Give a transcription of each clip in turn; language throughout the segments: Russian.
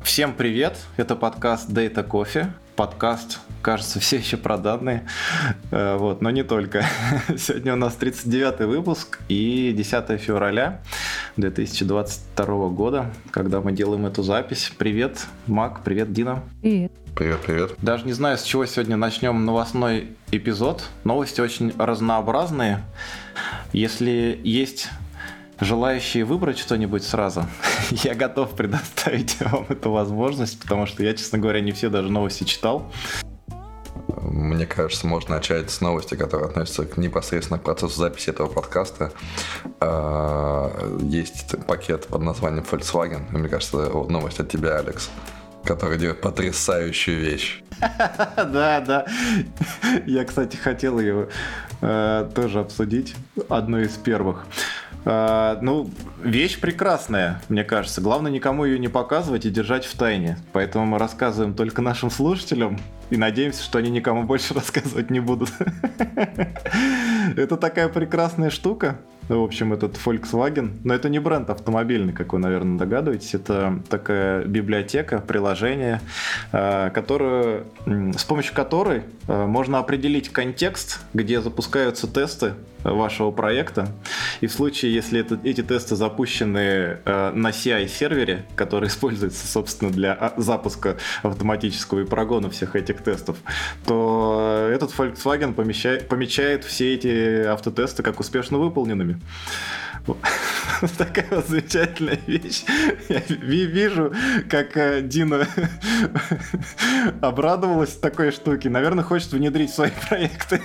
Всем привет, это подкаст Data Coffee. Подкаст, кажется, все еще про данные, но не только. Сегодня у нас 39-й выпуск и 10 февраля 2022 года, когда мы делаем эту запись. Привет, Мак, привет, Дина. Привет. Привет. Даже не знаю, с чего сегодня начнем новостной эпизод. Новости очень разнообразные. Если есть желающие выбрать что-нибудь сразу, я готов предоставить вам эту возможность, потому что я, честно говоря, не все даже новости читал. Мне кажется, можно начать с новости, которые относятся непосредственно к процессу записи этого подкаста. Есть пакет под названием Volkswagen. Мне кажется, новость от тебя, Алекс, который делает потрясающую вещь. Да. Я, кстати, хотел ее тоже обсудить. Одну из первых. Вещь прекрасная, мне кажется. Главное, никому ее не показывать и держать в тайне. Поэтому мы рассказываем только нашим слушателям и надеемся, что они никому больше рассказывать не будут. Это такая прекрасная штука. В общем, этот Volkswagen, но это не бренд автомобильный, как вы, наверное, догадываетесь. Это такая библиотека, приложение, с помощью которой можно определить контекст, где запускаются тесты вашего проекта. И в случае, если эти тесты запущены на CI-сервере, который используется, собственно, для запуска автоматического и прогона всех этих тестов, то этот Volkswagen помечает все эти автотесты как успешно выполненными. Такая вот замечательная вещь. Я вижу, как Дина обрадовалась такой штуке. Наверное, хочет внедрить в свои проекты.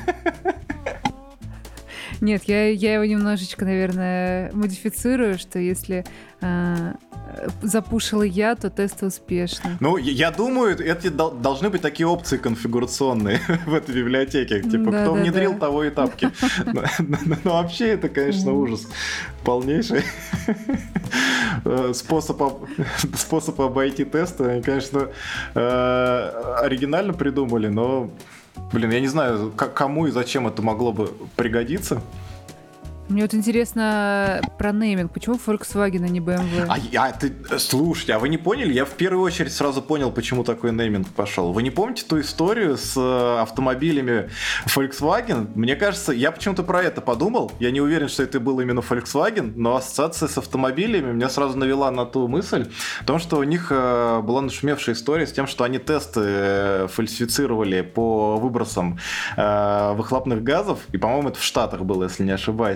Нет, я его немножечко, наверное, модифицирую, что если запушила я, то тесты успешны. Я думаю, это должны быть такие опции конфигурационные в этой библиотеке. Типа, кто внедрил, того и тапки. Но вообще это, конечно, ужас полнейший. Способ обойти тесты, они, конечно, оригинально придумали, но... я не знаю, кому и зачем это могло бы пригодиться. Мне вот интересно про нейминг. Почему Volkswagen, а не BMW? Слушайте, а вы не поняли? Я в первую очередь сразу понял, почему такой нейминг пошел. Вы не помните ту историю с автомобилями Volkswagen? Мне кажется, я почему-то про это подумал. Я не уверен, что это был именно Volkswagen, но ассоциация с автомобилями меня сразу навела на ту мысль, о том, что у них была нашумевшая история с тем, что они тесты фальсифицировали по выбросам выхлопных газов, и, по-моему, это в Штатах было, если не ошибаюсь.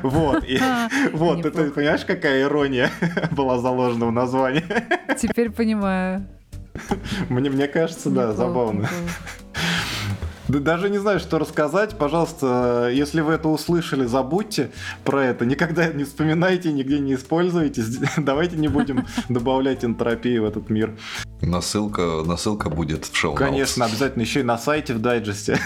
Это, понимаешь, какая ирония была заложена в названии? Теперь понимаю. Мне кажется, да, забавно. Даже не знаю, что рассказать. Пожалуйста, если вы это услышали, забудьте про это. Никогда не вспоминайте, нигде не используйте. Давайте не будем добавлять энтропии в этот мир. Но ссылка будет в шоу-ноутс. Конечно, обязательно еще и на сайте в дайджесте.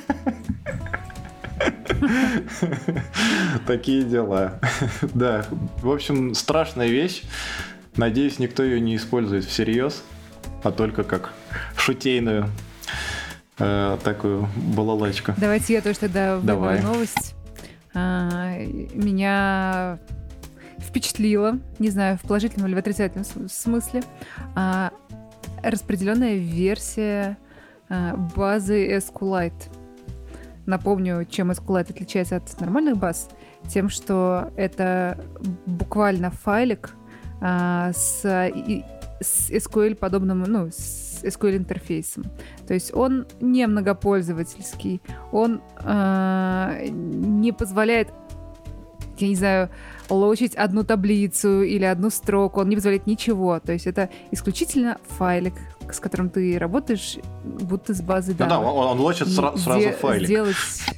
Такие дела. Да, в общем, страшная вещь. Надеюсь, никто ее не использует всерьез, а только как шутейную такую балалайку. Давайте я тоже тогда выберу новость. Меня впечатлило, не знаю, в положительном или в отрицательном смысле, распределенная версия базы SQLite. Напомню, чем SQLite отличается от нормальных баз. Тем, что это буквально файлик с SQL-подобным, с SQL-интерфейсом. То есть он не многопользовательский, он не позволяет, я не знаю, лочить одну таблицу или одну строку, он не позволяет ничего. То есть это исключительно файлик, с которым ты работаешь, будто с базой данных. Да, он лочит сразу файлик.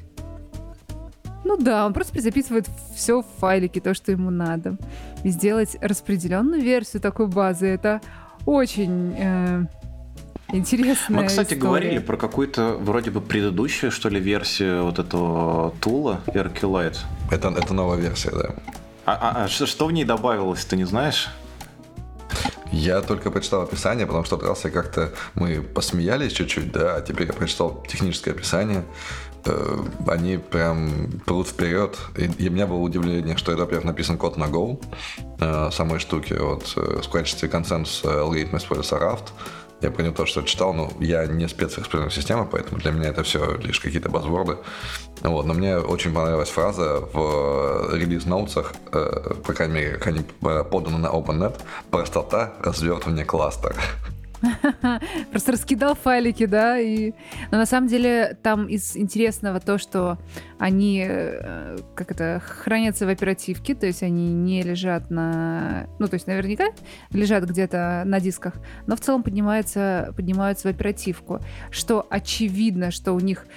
Он просто записывает все в файлике, то, что ему надо. И сделать распределенную версию такой базы, это очень интересная Мы, кстати, история. говорили про какую-то вроде бы предыдущую, что ли, версию вот этого тула RQLite. Это новая версия, да. Что в ней добавилось, ты не знаешь? Я только прочитал описание, потому что в тот раз мы посмеялись чуть-чуть, да, а теперь я прочитал техническое описание. Они прям прут вперед. И у меня было удивление, что это, во-первых, написан код на Go самой штуки. Вот в качестве консенсуса алгоритм используется Raft. Я понял то, что читал, но я не спец в экспериментальной системе, поэтому для меня это все лишь какие-то базворды. Вот, но мне очень понравилась фраза в релиз-ноутсах, по крайней мере, как они поданы на OpenNet: простота развертывания кластера. Просто раскидал файлики, да, но на самом деле там из интересного то, что они хранятся в оперативке, то есть они не лежат то есть наверняка лежат где-то на дисках, но в целом поднимаются в оперативку, что очевидно, что у них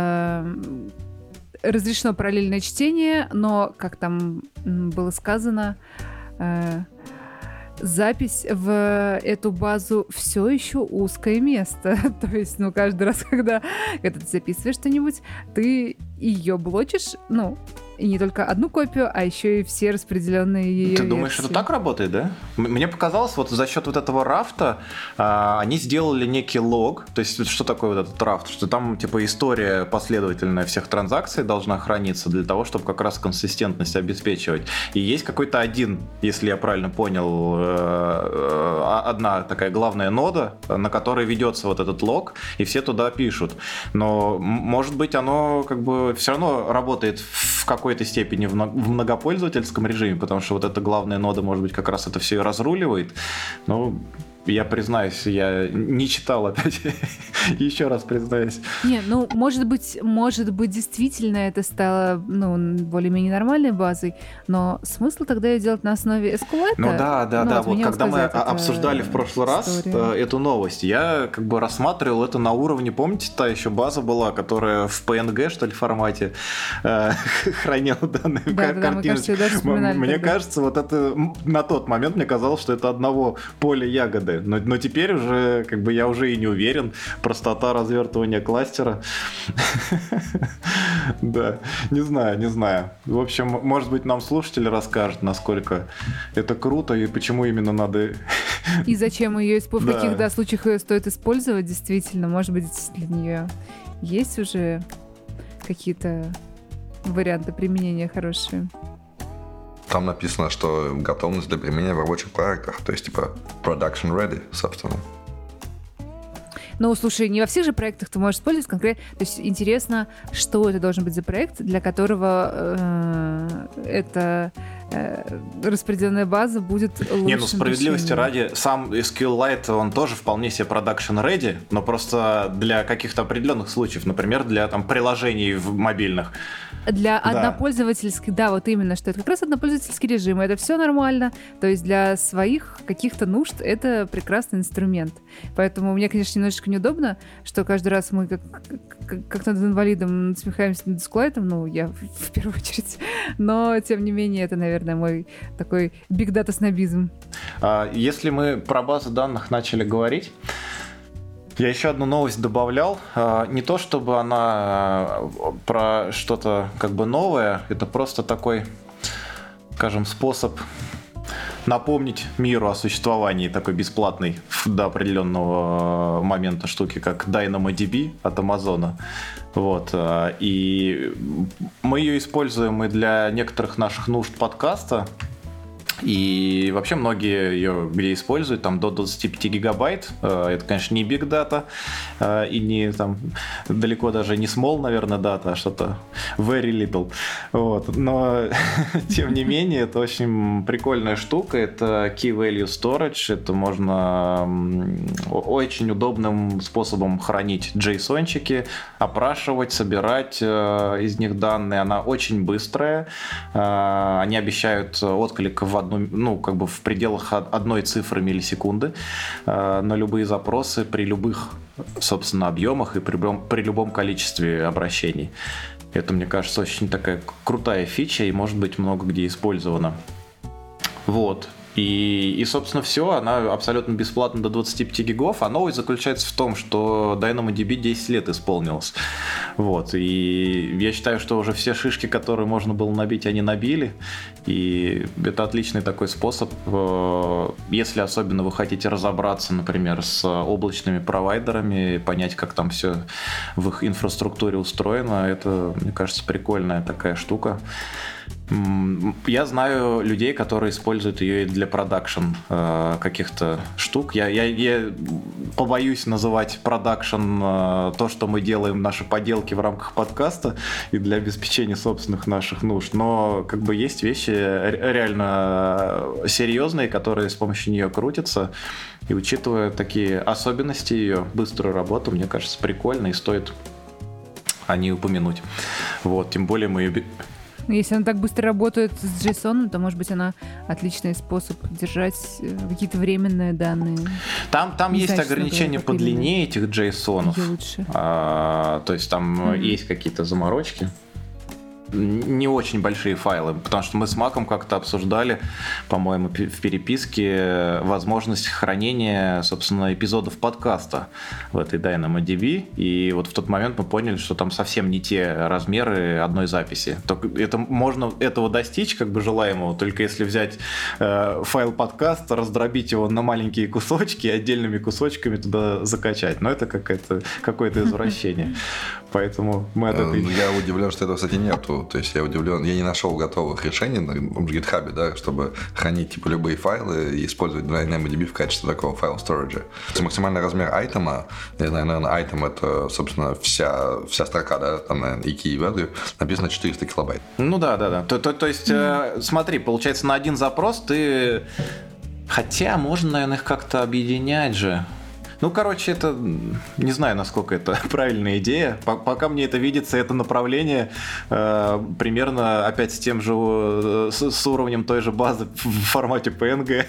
разрешено параллельное чтение, но, как там было сказано, запись в эту базу все еще узкое место. То есть, каждый раз, когда ты записываешь что-нибудь, ты ее блочишь, и не только одну копию, а еще и все распределенные ее Ты думаешь, это так работает, да? Мне показалось, вот за счет вот этого рафта они сделали некий лог. То есть, что такое вот этот рафт? Что там, типа, история последовательная всех транзакций должна храниться для того, чтобы как раз консистентность обеспечивать. И есть какой-то один, если я правильно понял, одна такая главная нода, на которой ведется вот этот лог, и все туда пишут. Но, может быть, оно как бы все равно работает в какой-то степени в многопользовательском режиме, потому что вот эта главная нода, может быть, как раз это все и разруливает. Я признаюсь, я не читал опять. Еще раз признаюсь. Может быть, действительно это стало, более-менее нормальной базой, но смысл тогда ее делать на основе SQLite? Да. Вот когда мы обсуждали в прошлый раз эту новость, я как бы рассматривал это на уровне, помните, та еще база была, которая в PNG, что ли, формате хранила данные картинки. Мне кажется, вот это на тот момент мне казалось, что это одного поля ягоды. Но теперь уже, как бы, я уже и не уверен. Простота развертывания кластера. Да, не знаю. В общем, может быть, нам слушатели расскажут, насколько это круто и почему именно надо... И зачем ее, в каких случаях ее стоит использовать, действительно. Может быть, для нее есть уже какие-то варианты применения хорошие. Там написано, что готовность для применения в рабочих проектах, то есть типа production ready, собственно. Слушай, не во всех же проектах ты можешь использовать конкретно. То есть интересно, что это должен быть за проект, для которого эта распределенная база будет лучшим справедливости решением. ради, сам SQLite, он тоже вполне себе production ready, но просто для каких-то определенных случаев, например, для приложений мобильных. Для однопользовательских, вот именно, что это как раз однопользовательский режим, это все нормально, то есть для своих каких-то нужд это прекрасный инструмент. Поэтому мне, конечно, немножечко неудобно, что каждый раз мы как над инвалидом насмехаемся над SQLite, я в первую очередь, но тем не менее это, наверное, мой такой big data снобизм. Если мы про базы данных начали говорить, я еще одну новость добавлял. Не то чтобы она про что-то как бы новое, это просто такой, скажем, способ напомнить миру о существовании такой бесплатной до определенного момента штуки, как DynamoDB от Амазона. И мы ее используем и для некоторых наших нужд подкаста. И вообще многие ее где используют, там до 25 гигабайт. Это, конечно, не big data и не далеко даже не small, наверное, data, а что-то very little. Но, тем не менее, это очень прикольная штука. Это Key Value Storage. Это можно очень удобным способом хранить JSON-чики, опрашивать, собирать из них данные. Она очень быстрая. Они обещают отклик в пределах одной цифры миллисекунды на любые запросы при любых, собственно, объемах и при любом количестве обращений. Это, мне кажется, очень такая крутая фича и, может быть, много где использована. И, собственно, все, она абсолютно бесплатна до 25 гигов, а новость заключается в том, что DynamoDB 10 лет исполнилось. Вот, и я считаю, что уже все шишки, которые можно было набить, они набили, и это отличный такой способ, если особенно вы хотите разобраться, например, с облачными провайдерами, понять, как там все в их инфраструктуре устроено, это, мне кажется, прикольная такая штука. Я знаю людей, которые используют ее и для продакшн каких-то штук. Я побоюсь называть продакшн то, что мы делаем, наши поделки в рамках подкаста и для обеспечения собственных наших нужд. Но как бы есть вещи реально серьезные, которые с помощью нее крутятся. И учитывая такие особенности ее, быструю работу, мне кажется, прикольно и стоит о ней упомянуть. Вот, тем более мы ее... Если она так быстро работает с JSON, то, может быть, она отличный способ держать какие-то временные данные. Там есть ограничения по длине этих JSON. То есть там есть какие-то заморочки. Не очень большие файлы, потому что мы с Маком как-то обсуждали, по-моему, в переписке возможность хранения, собственно, эпизодов подкаста в этой DynamoDB, и вот в тот момент мы поняли, что там совсем не те размеры одной записи. Это можно этого достичь, как бы желаемого, только если взять файл подкаста, раздробить его на маленькие кусочки и отдельными кусочками туда закачать. Но это какое-то извращение. Поэтому мы от этой... Я удивлен, что этого, кстати, нету. То есть я удивлен, я не нашел готовых решений на GitHub, да, чтобы хранить типа любые файлы и использовать DynamoDB в качестве такого файл-сториджа. Максимальный размер айтема, я знаю, наверное, айтем это, собственно, вся строка, да, там, наверное, и key value, написано 400 килобайт. Ну да. То есть, смотри, получается, на один запрос ты... Хотя можно, наверное, их как-то объединять же. Ну, короче, это... Не знаю, насколько это правильная идея. Пока мне это видится, это направление примерно опять с тем же... С уровнем той же базы в формате PNG.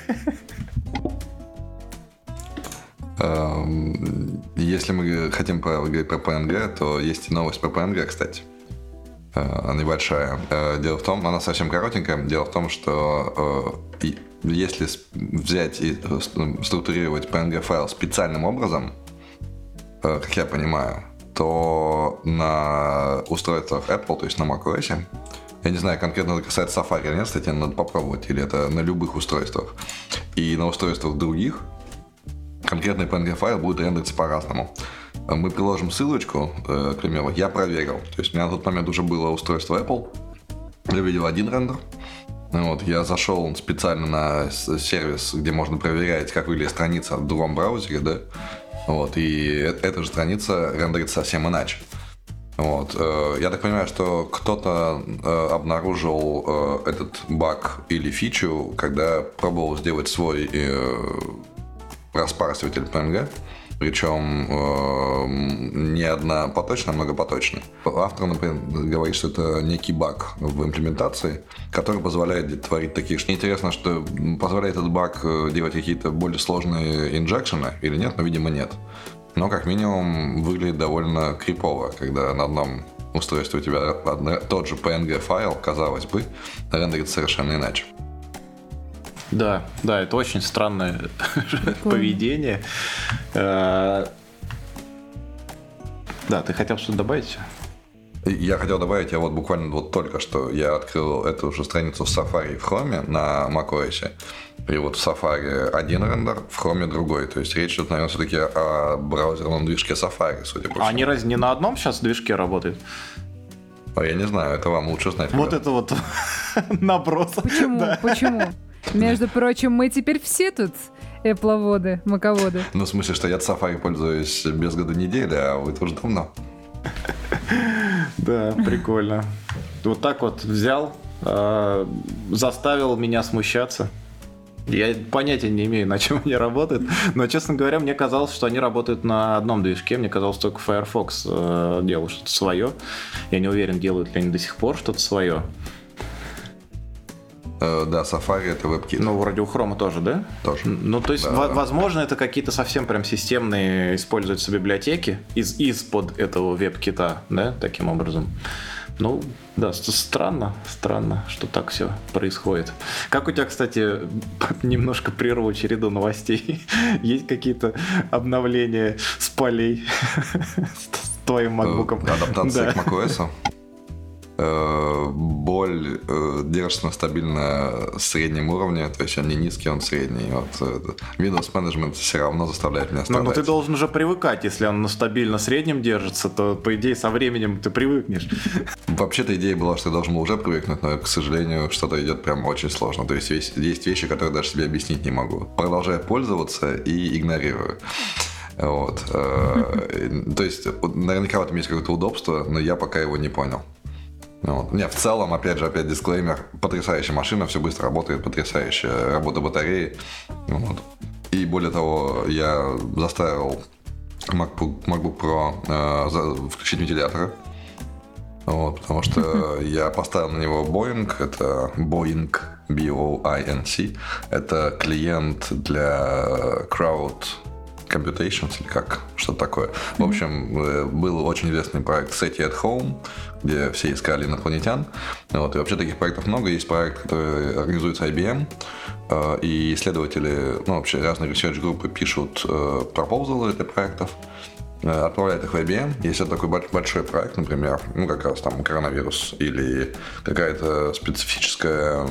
Если мы хотим поговорить про PNG, то есть и новость про PNG, кстати. Небольшая. Дело в том, она совсем коротенькая. Дело в том, что если взять и структурировать PNG-файл специальным образом, как я понимаю, то на устройствах Apple, то есть на macOS, я не знаю, конкретно это касается Safari или нет, кстати, надо попробовать, или это на любых устройствах, и на устройствах других, конкретный PNG-файл будет рендериться по-разному. Мы приложим ссылочку, к примеру, я проверил. То есть у меня на тот момент уже было устройство Apple. Я видел один рендер. Вот, я зашел специально на сервис, где можно проверять, как выглядит страница в другом браузере, да. Вот, и эта же страница рендерится совсем иначе. Вот. Я так понимаю, что кто-то обнаружил этот баг или фичу, когда пробовал сделать свой распарсиватель PNG. Причем не однопоточный, а многопоточный. Автор, например, говорит, что это некий баг в имплементации, который позволяет творить такие... Мне интересно, что позволяет этот баг делать какие-то более сложные инжекшены или нет, но, видимо, нет. Но, как минимум, выглядит довольно крипово, когда на одном устройстве у тебя тот же PNG-файл, казалось бы, рендерится совершенно иначе. Да, это очень странное поведение. Да, ты хотел что-то добавить? Я хотел добавить, я вот буквально только что я открыл эту же страницу в Safari в Chrome на macOS. И вот в Safari один рендер, в Chrome другой. То есть речь идет, наверное, все-таки о браузерном движке Safari, судя по всему. А они разве не на одном сейчас движке работают? Я не знаю, это вам лучше знать. Вот это вот наброс. Почему? Между прочим, мы теперь все тут эпловоды, маководы. Ну, в смысле, что я от Safari пользуюсь без года недели, а вы тоже давно. Да, прикольно. Вот так вот взял, заставил меня смущаться. Я понятия не имею, на чем они работают, но, честно говоря, мне казалось, что они работают на одном движке. Мне казалось, только Firefox делал что-то свое. Я не уверен, делают ли они до сих пор что-то свое. Да, Safari это WebKit. Ну, вроде у Chrome тоже, да? Тоже. Ну, то есть, возможно, это какие-то совсем прям системные используются библиотеки из-под этого WebKit, да, таким образом. Ну, да, странно, что так все происходит. Как у тебя, кстати, немножко прерву череду новостей, есть какие-то обновления с полей с твоим MacBook'ом? Адаптация к macOS. Боль держится на стабильно среднем уровне, то есть он не низкий, он средний. Вот, Windows Management все равно заставляет меня страдать. Но ты должен же привыкать, если он на стабильно среднем держится, то, по идее, со временем ты привыкнешь. Вообще-то идея была, что я должен был уже привыкнуть, но, к сожалению, что-то идет прям очень сложно. То есть есть вещи, которые даже себе объяснить не могу. Продолжаю пользоваться и игнорирую. Вот. То есть наверняка в этом есть какое-то удобство, но я пока его не понял. Вот. Не, в целом, опять дисклеймер, потрясающая машина, все быстро работает, потрясающая работа батареи. Вот. И более того, я заставил MacBook Pro включить вентиляторы. Вот, потому что я поставил на него Boeing, это Boeing, B-O-I-N-C, это клиент для Crowd Computations или как, что-то такое. В общем, был очень известный проект SETI at Home, где все искали инопланетян. Вот. И вообще таких проектов много. Есть проект, который организуется IBM, и исследователи, вообще разные research-группы пишут пропозалы для проектов, отправляют их в IBM. Если это такой большой проект, например, как раз там коронавирус или какая-то специфическая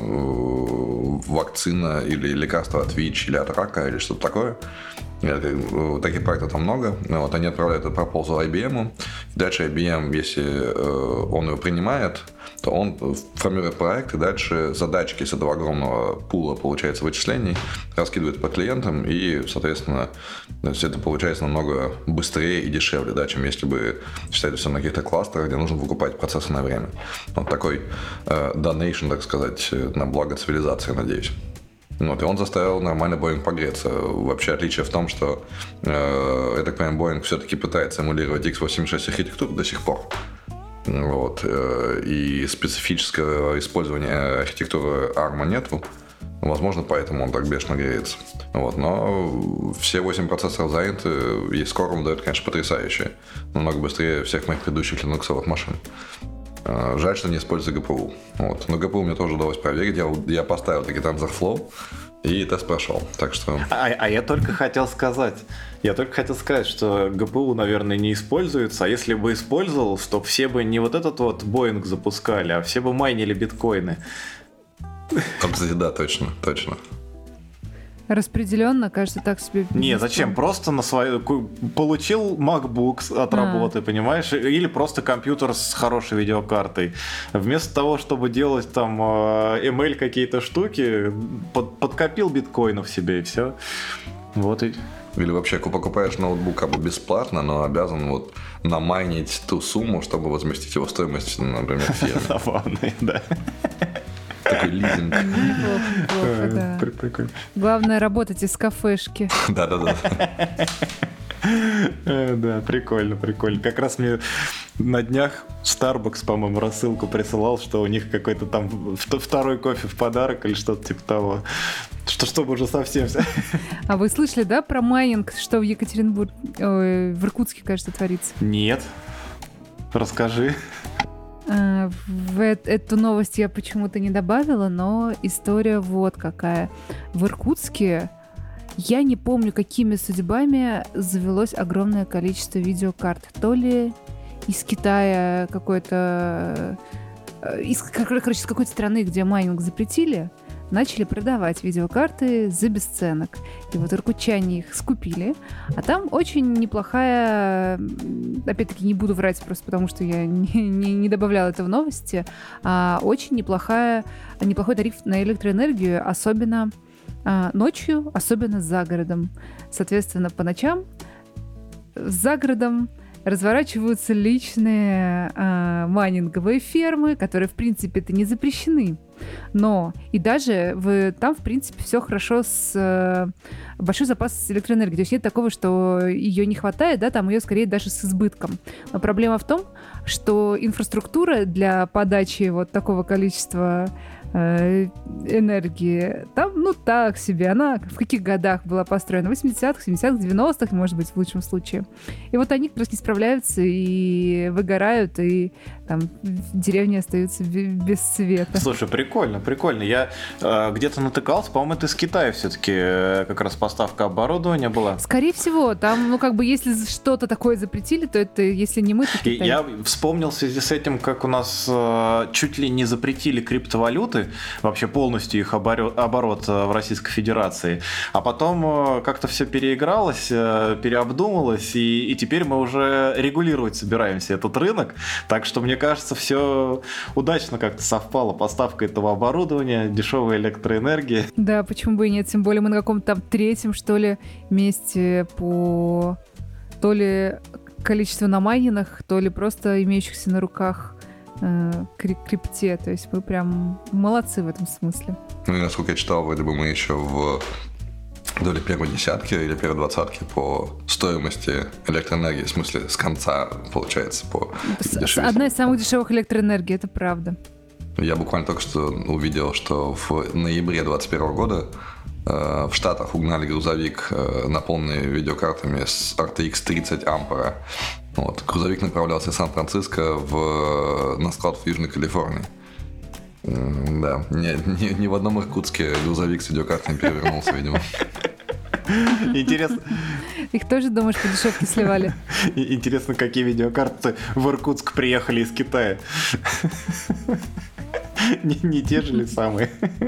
вакцина или лекарство от ВИЧ или от рака или что-то такое, таких проектов там много. Вот, они отправляют этот пропозал IBM. Дальше IBM, если он его принимает, то он формирует проект, и дальше задачки с этого огромного пула, получается, вычислений раскидывает по клиентам, и, соответственно, это получается намного быстрее и дешевле, да, чем если бы считать все на каких-то кластерах, где нужно выкупать процессы на время. Вот такой donation, так сказать, на благо цивилизации, надеюсь. Вот, и он заставил нормально Boeing погреться. Вообще отличие в том, что, я так понимаю, Boeing все-таки пытается эмулировать x86 архитектуру до сих пор. Вот, и специфического использования архитектуры ARM нету. Возможно, поэтому он так бешено греется. Вот, но все 8 процессоров заняты, и скоро он дает, конечно, потрясающе. Намного быстрее всех моих предыдущих линуксовых машин. Жаль, что не использую GPU. Вот. Но GPU мне тоже удалось проверить. Я поставил таки TensorFlow, и тест прошел. Так что... я только хотел сказать, что GPU, наверное, не используется. А если бы использовал, то все бы не вот этот вот Boeing запускали, а все бы майнили биткоины. Кстати, да, точно. Распределенно, кажется, так себе. Не, зачем? Просто на свою получил MacBook от работы, понимаешь? Или просто компьютер с хорошей видеокартой. Вместо того, чтобы делать там ML какие-то штуки, подкопил биткоинов себе и все. Вот и... Или вообще покупаешь ноутбук как бы бесплатно, но обязан вот намайнить ту сумму, чтобы возместить его стоимость, например, фирме. Забавно, да. Такой лизинг. Неплохо, да. Прикольно. Главное работать из кафешки. Да. Да, прикольно. Как раз мне на днях Starbucks, по-моему, рассылку присылал, что у них какой-то там второй кофе в подарок или что-то типа того. Чтобы уже совсем... А вы слышали, да, про майнинг, что в Екатеринбурге, в Иркутске, кажется, творится? Нет. Расскажи. В эту новость я почему-то не добавила, но история вот какая. В Иркутске, я не помню, какими судьбами завелось огромное количество видеокарт. То ли из Китая какой-то... из какой-то страны, где майнинг запретили, начали продавать видеокарты за бесценок. И вот иркутчане их скупили. А там очень неплохая... Опять-таки не буду врать просто потому, что я не добавляла это в новости. Очень неплохой тариф на электроэнергию, особенно ночью, особенно за городом. Соответственно, по ночам за городом разворачиваются личные майнинговые фермы, которые, в принципе-то, не запрещены. Но и даже там, в принципе, все хорошо с большой запас электроэнергии. То есть нет такого, что ее не хватает, да, там ее скорее даже с избытком. Но проблема в том, что инфраструктура для подачи вот такого количества энергии там, так себе. Она в каких годах была построена? В 80-х, 70-х, 90-х, может быть, в лучшем случае. И вот они как раз не справляются и выгорают, и там деревни остаются без света. Слушай, прикольно. Я где-то натыкался, по-моему, это из Китая все-таки как раз поставка оборудования была. Скорее всего, там, если что-то такое запретили, то это, если не мы, то Китай. Я вспомнил в связи с этим, как у нас чуть ли не запретили криптовалюты, вообще полностью их оборот в Российской Федерации, а потом как-то все переигралось, переобдумалось, и теперь мы уже регулировать собираемся этот рынок, так что, мне кажется, все удачно как-то совпало, поставка этого оборудования, дешевая электроэнергия. Да, почему бы и нет, тем более мы на каком-то там третьем, что ли, месте по то ли количеству намайненных, то ли просто имеющихся на руках крипте, то есть мы прям молодцы в этом смысле. Ну и насколько я читал, вроде бы мы еще в доли первой десятки или первой двадцатки по стоимости электроэнергии, в смысле с конца, получается, по дешевизне. Одна из самых дешевых электроэнергий, это правда. Я буквально только что увидел, что в ноябре 2021 года в Штатах угнали грузовик, наполненный видеокартами с RTX 30 ампера. Грузовик направлялся из Сан-Франциско на склад в Южной Калифорнии. Да, ни в одном Иркутске грузовик с видеокартами перевернулся, видимо. Интересно. Их тоже, думаешь, по дешевке сливали? Интересно, какие видеокарты в Иркутск приехали из Китая. Не те же ли самые?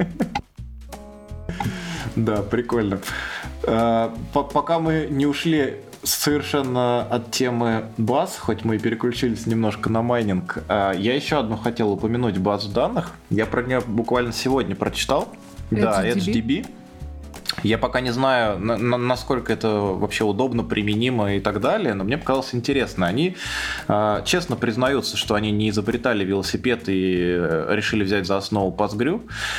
Да, прикольно. Пока мы не ушли совершенно от темы баз, хоть мы и переключились немножко на майнинг, я еще одну хотел упомянуть базу данных. Я про нее буквально сегодня прочитал. Да, HDB. Я пока не знаю, насколько это вообще удобно, применимо и так далее, но мне показалось интересно. Они честно признаются, что они не изобретали велосипед и решили взять за основу Postgre,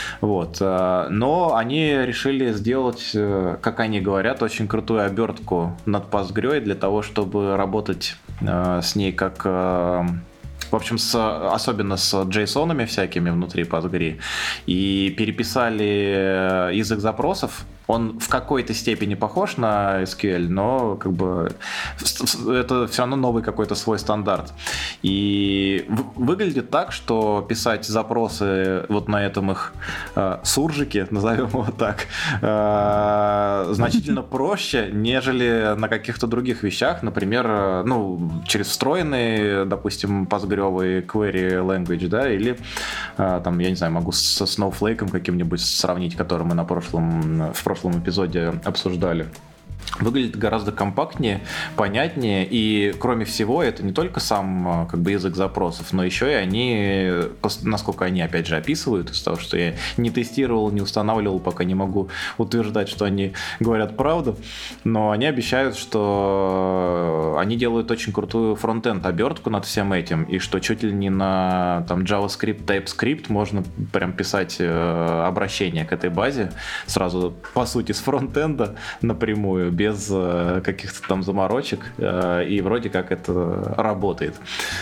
но они решили сделать, как они говорят, очень крутую обертку над Postgre для того, чтобы работать с ней как... В общем, особенно с JSON-ами всякими внутри Postgre. И переписали язык запросов. Он в какой-то степени похож на SQL, но это все равно новый какой-то свой стандарт. И выглядит так, что писать запросы на этом их суржике, назовем его так, значительно проще, нежели на каких-то других вещах. Например, через встроенный, допустим, Postgre query language, да, или там, я не знаю, могу со Snowflake каким-нибудь сравнить, который мы в прошлом эпизоде обсуждали. Выглядит гораздо компактнее, понятнее, и кроме всего это не только сам язык запросов, но еще и они, насколько они опять же описывают, из того, что я не тестировал, не устанавливал, пока не могу утверждать, что они говорят правду, но они обещают, что они делают очень крутую фронтенд обертку над всем этим, и что чуть ли не на JavaScript, TypeScript можно прям писать обращение к этой базе сразу, по сути, с фронтенда напрямую, без каких-то там заморочек, и вроде как это работает.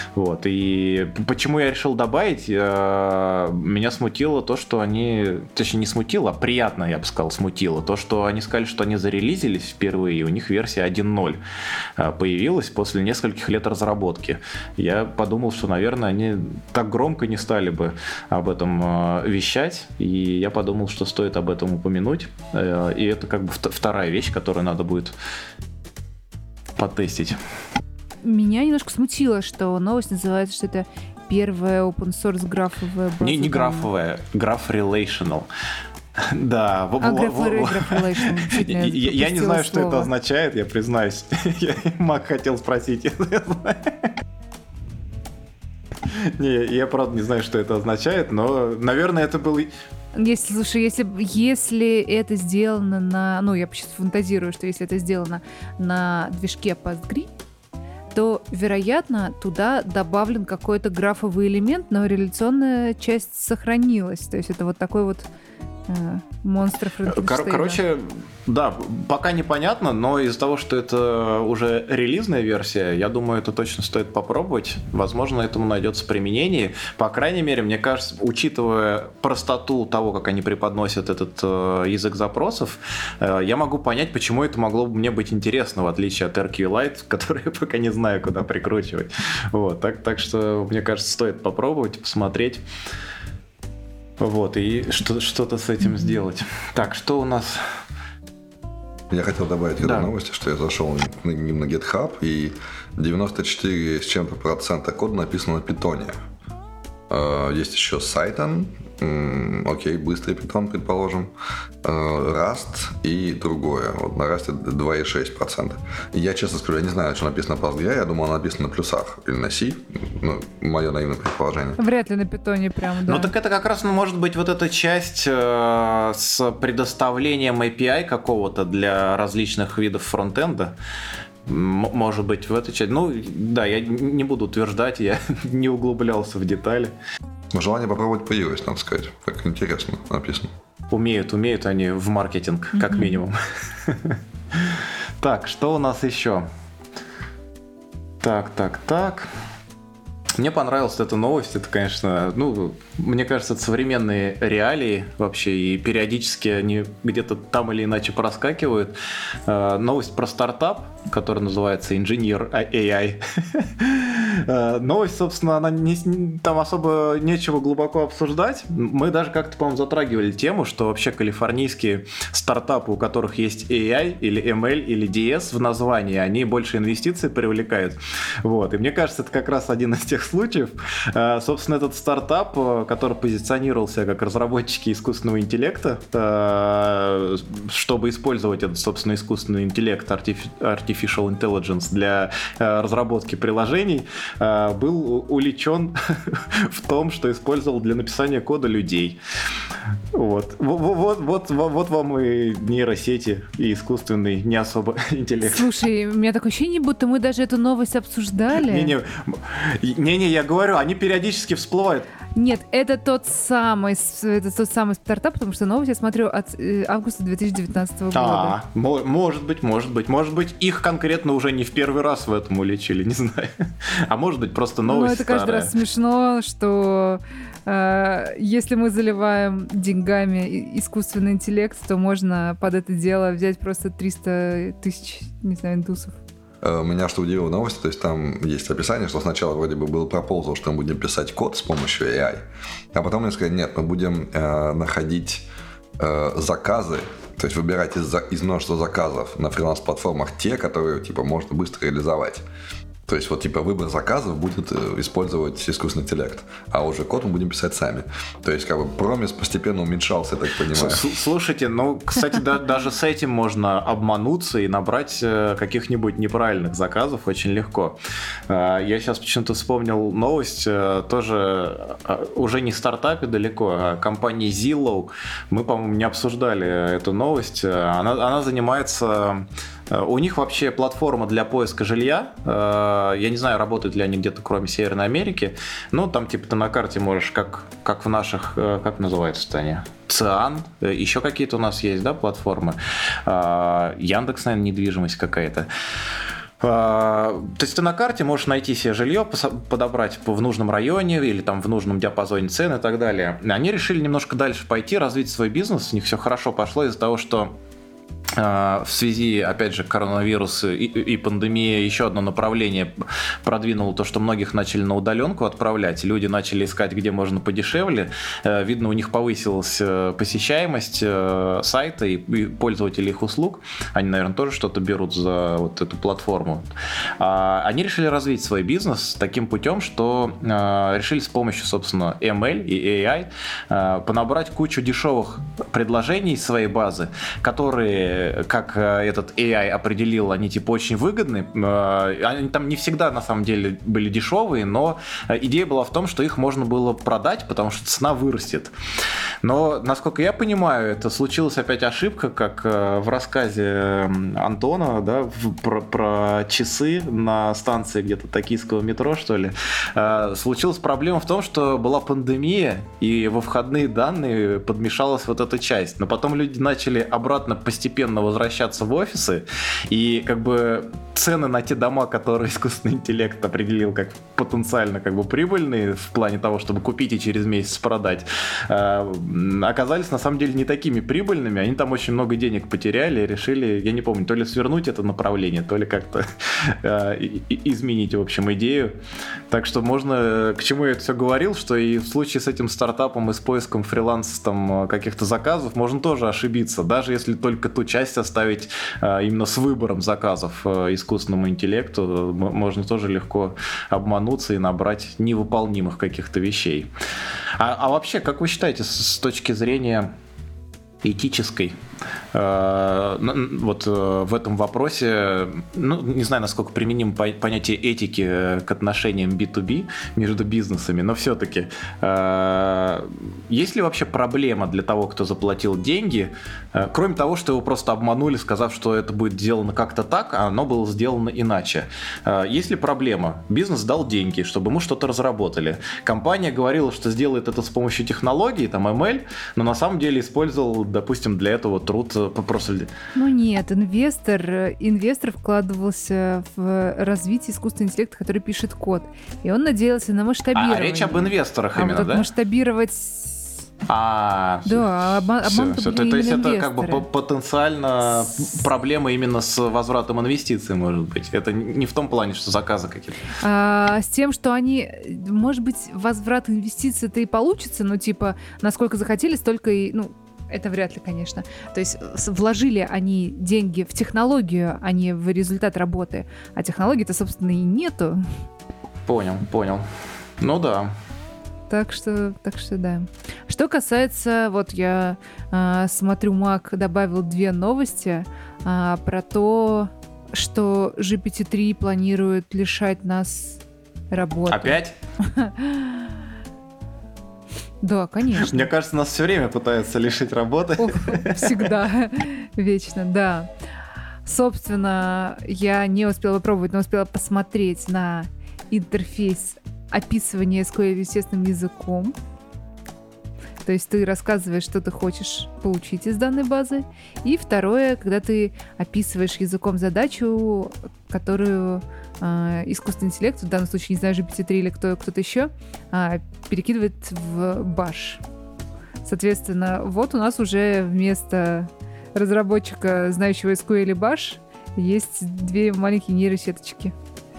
И почему я решил добавить, меня смутило то, что они, точнее не смутило, а приятно, я бы сказал, смутило, то, что они сказали, что они зарелизились впервые, и у них версия 1.0 появилась после нескольких лет разработки. Я подумал, что, наверное, они так громко не стали бы об этом вещать, и я подумал, что стоит об этом упомянуть, и это вторая вещь, которую надо будет потестить. Меня немножко смутило, что новость называется, что это первая open source графовая база. Не графовая, граф relational. Да. Я не знаю, что это означает, я признаюсь. Мак хотел спросить. Не, я правда не знаю, что это означает, но, наверное, это был... Если это сделано на... я сейчас фантазирую, что если это сделано на движке Postgre, то, вероятно, туда добавлен какой-то графовый элемент, но реляционная часть сохранилась. То есть это такой монстра Франкенштейна. Короче, да, пока непонятно, но из-за того, что это уже релизная версия, я думаю, это точно стоит попробовать. Возможно, этому найдется применение. По крайней мере, мне кажется, учитывая простоту того, как они преподносят этот язык запросов, я могу понять, почему это могло бы мне быть интересно, в отличие от SQLite, который я пока не знаю, куда прикручивать. Вот, так что, мне кажется, стоит попробовать, посмотреть. Вот, и что-то с этим сделать. Так, что у нас? Я хотел добавить к этой новости, что я зашел на GitHub, и 94 с чем-то процента кода написано на питоне. Есть еще Cython, окей, быстрый питон, предположим, Rust и другое. Вот на Rust 2,6%. И я, честно скажу, я не знаю, что написано на Postgre, я думал, оно написано на плюсах или на C, ну, мое наивное предположение. Вряд ли на питоне прям, да. Ну так это как раз может быть вот эта часть с предоставлением API какого-то для различных видов фронтенда. Может быть, в этой части. Ну, да, я не буду утверждать, я не углублялся в детали. Желание попробовать появилось, надо сказать. Так интересно написано. Умеют они в маркетинг, как минимум. Так, что у нас еще? Так. Мне понравилась эта новость. Это, конечно, мне кажется, это современные реалии вообще, и периодически они где-то там или иначе проскакивают. Новость про стартап, который называется Engineer AI. Новость, собственно, там особо нечего глубоко обсуждать. Мы даже как-то, по-моему, затрагивали тему, что вообще калифорнийские стартапы, у которых есть AI или ML или DS в названии, они больше инвестиций привлекают. Вот. И мне кажется, это как раз один из тех случаев. Собственно, этот стартап, который позиционировался как разработчики искусственного интеллекта, чтобы использовать этот, собственно, искусственный интеллект, Artificial Intelligence для разработки приложений, был увлечен в том, что использовал для написания кода людей. Вот вам и нейросети, и искусственный не особо интеллект. Слушай, у меня такое ощущение, будто мы даже эту новость обсуждали. Не, я говорю, они периодически всплывают. Нет, это тот самый стартап, потому что новость я смотрю от августа 2019 года. Может быть, их конкретно уже не в первый раз в этом уличили, не знаю. А может быть, просто новость это каждый раз смешно, что если мы заливаем деньгами искусственный интеллект, то можно под это дело взять просто 300 тысяч, не знаю, индусов. Меня что удивило в новости, то есть там есть описание, что сначала вроде бы был пропозал, что мы будем писать код с помощью AI, а потом мне сказали, нет, мы будем находить заказы, то есть выбирать из множества заказов на фриланс-платформах те, которые типа можно быстро реализовать. То есть вот типа выбор заказов будет использовать искусственный интеллект, а уже код мы будем писать сами. То есть как бы промис постепенно уменьшался, я так понимаю. Слушайте, кстати, даже с этим можно обмануться и набрать каких-нибудь неправильных заказов очень легко. Я сейчас почему-то вспомнил новость, тоже уже не в стартапе далеко, а компании Zillow. Мы, по-моему, не обсуждали эту новость. Она занимается... У них вообще платформа для поиска жилья. Я не знаю, работают ли они где-то кроме Северной Америки. Но там типа ты на карте можешь, как в наших, как называется-то они? Циан, еще какие-то у нас есть, да, платформы. Яндекс, наверное, недвижимость какая-то. То есть ты на карте можешь найти себе жилье, подобрать в нужном районе или там в нужном диапазоне цен и так далее. Они решили немножко дальше пойти, развить свой бизнес. У них все хорошо пошло из-за того, что в связи, опять же, коронавирус и пандемия, еще одно направление продвинуло то, что многих начали на удаленку отправлять. Люди начали искать, где можно подешевле. Видно, у них повысилась посещаемость сайта и пользователей их услуг. Они, наверное, тоже что-то берут за вот эту платформу. Они решили развить свой бизнес таким путем, что решили с помощью, собственно, ML и AI понабрать кучу дешевых предложений из своей базы, которые как этот AI определил, они типа очень выгодны. Они там не всегда на самом деле были дешевые, но идея была в том, что их можно было продать, потому что цена вырастет. Но, насколько я понимаю, это случилась опять ошибка, как в рассказе Антона, да, про часы на станции где-то токийского метро, что ли. Случилась проблема в том, что была пандемия, и во входные данные подмешалась вот эта часть. Но потом люди начали обратно постепенно возвращаться в офисы, и как бы цены на те дома, которые искусственный интеллект определил как потенциально как бы прибыльные в плане того, чтобы купить и через месяц продать, оказались на самом деле не такими прибыльными. Они там очень много денег потеряли и решили, я не помню, то ли свернуть это направление, то ли как-то изменить, в общем, идею. Так что можно, к чему я это все говорил, что и в случае с этим стартапом и с поиском фриланса там каких-то заказов можно тоже ошибиться, даже если только ту часть оставить именно с выбором заказов искусственному интеллекту, можно тоже легко обмануться и набрать невыполнимых каких-то вещей. А вообще, как вы считаете, с точки зрения этической, вот в этом вопросе, ну, не знаю, насколько применимо понятие этики к отношениям B2B между бизнесами, но все-таки есть ли вообще проблема для того, кто заплатил деньги, кроме того, что его просто обманули, сказав, что это будет сделано как-то так, а оно было сделано иначе? Есть ли проблема? Бизнес дал деньги, чтобы ему что-то разработали. Компания говорила, что сделает это с помощью технологий, там ML, но на самом деле использовал, допустим, для этого труд просто... Ну нет, инвестор вкладывался в развитие искусственного интеллекта, который пишет код. И он надеялся на масштабирование. речь об инвесторах именно, вот да? масштабировать... Да, обман все. То есть это как бы потенциально проблема именно с возвратом инвестиций, может быть. Это не в том плане, что заказы какие-то. С тем, что они, может быть, возврат инвестиций-то и получится, но типа, насколько захотели, столько и, ну, это вряд ли, конечно. То есть вложили они деньги в технологию, а не в результат работы. А технологии-то, собственно, и нету. Понял. Ну да. Так что да. Что касается, вот я смотрю, Мак добавил 2 новости про то, что GPT-3 планирует лишать нас работы. Опять? Да, конечно. Мне кажется, нас все время пытаются лишить работы. Всегда. Вечно, да. Собственно, я не успела попробовать, но успела посмотреть на интерфейс описывания SQL естественным языком. То есть ты рассказываешь, что ты хочешь получить из данной базы. И второе, когда ты описываешь языком задачу, которую искусственный интеллект, в данном случае, не знаю, GPT-3 или кто-то еще, перекидывает в Bash. Соответственно, вот у нас уже вместо разработчика, знающего SQL и Bash, есть 2 маленькие нейросеточки.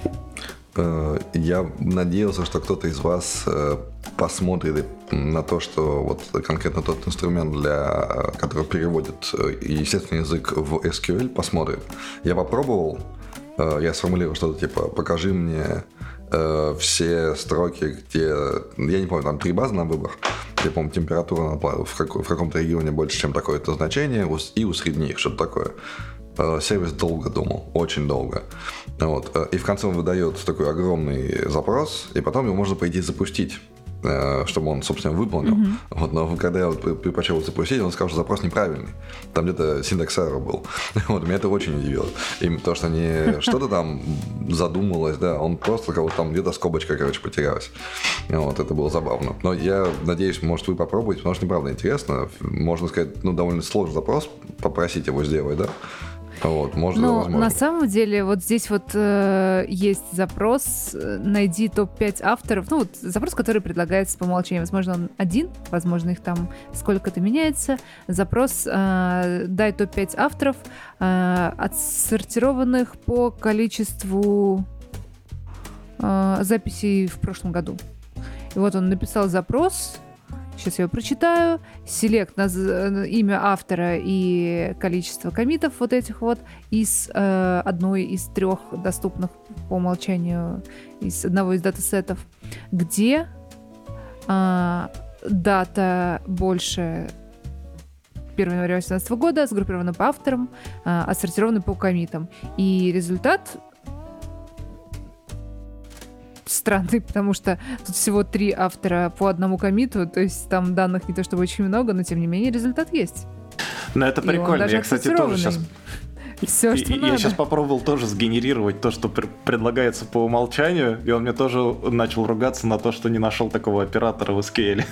Я надеялся, что кто-то из вас посмотрит на то, что вот конкретно тот инструмент, который переводит естественный язык в SQL, посмотрит. Я попробовал, я сформулировал что-то типа «покажи мне все строки, где...» Я не помню, там 3 базы на выбор. Я помню, температура в каком-то регионе больше, чем такое-то значение, и усредни их, что-то такое. Сервис долго думал, очень долго. Вот. И в конце он выдает такой огромный запрос, и потом его можно, по идее, запустить, чтобы он, собственно, выполнил. Mm-hmm. Вот. Но когда я предпочел его запустить, он сказал, что запрос неправильный. Там где-то синтекс error был. Вот. Меня это очень удивило. И то, что не что-то там задумалось, да, он просто кого-то там где-то скобочка, потерялась. Вот. Это было забавно. Но я надеюсь, может, вы попробуете, потому что, правда, интересно. Можно сказать, довольно сложный запрос, попросить его сделать, да. Вот, возможно. На самом деле, вот здесь вот есть запрос, найди топ-5 авторов, запрос, который предлагается по умолчанию. Возможно, он один, возможно, их там сколько-то меняется. Запрос, дай топ-5 авторов, отсортированных по количеству записей в прошлом году. И вот он написал запрос. Сейчас я его прочитаю. Селект имя автора и количество коммитов вот этих вот из одной из 3 доступных по умолчанию из одного из датасетов, где дата больше 1 января 2018 года, сгруппированы по авторам, отсортированы по коммитам. И результат странный, потому что тут всего 3 автора по одному коммиту, то есть там данных не то чтобы очень много, но тем не менее результат есть. Ну, это прикольно. Я, кстати, тоже сейчас... Все, что надо. Я сейчас попробовал тоже сгенерировать то, что предлагается по умолчанию, и он мне тоже начал ругаться на то, что не нашел такого оператора в SQL.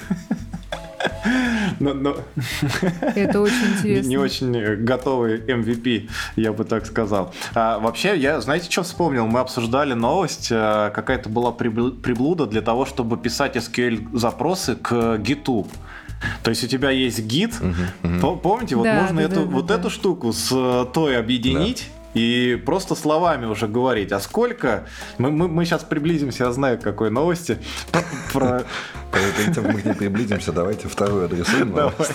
Это очень интересно. Не очень готовый MVP, я бы так сказал. Вообще, я, знаете, что вспомнил? Мы обсуждали новость, какая-то была приблуда для того, чтобы писать SQL-запросы к гиту. То есть у тебя есть гид, помните, вот можно эту штуку с той объединить, и просто словами уже говорить, а сколько... Мы сейчас приблизимся, я знаю, к какой новости. Перед тем, как мы к ней приблизимся, давайте вторую адресуем новость.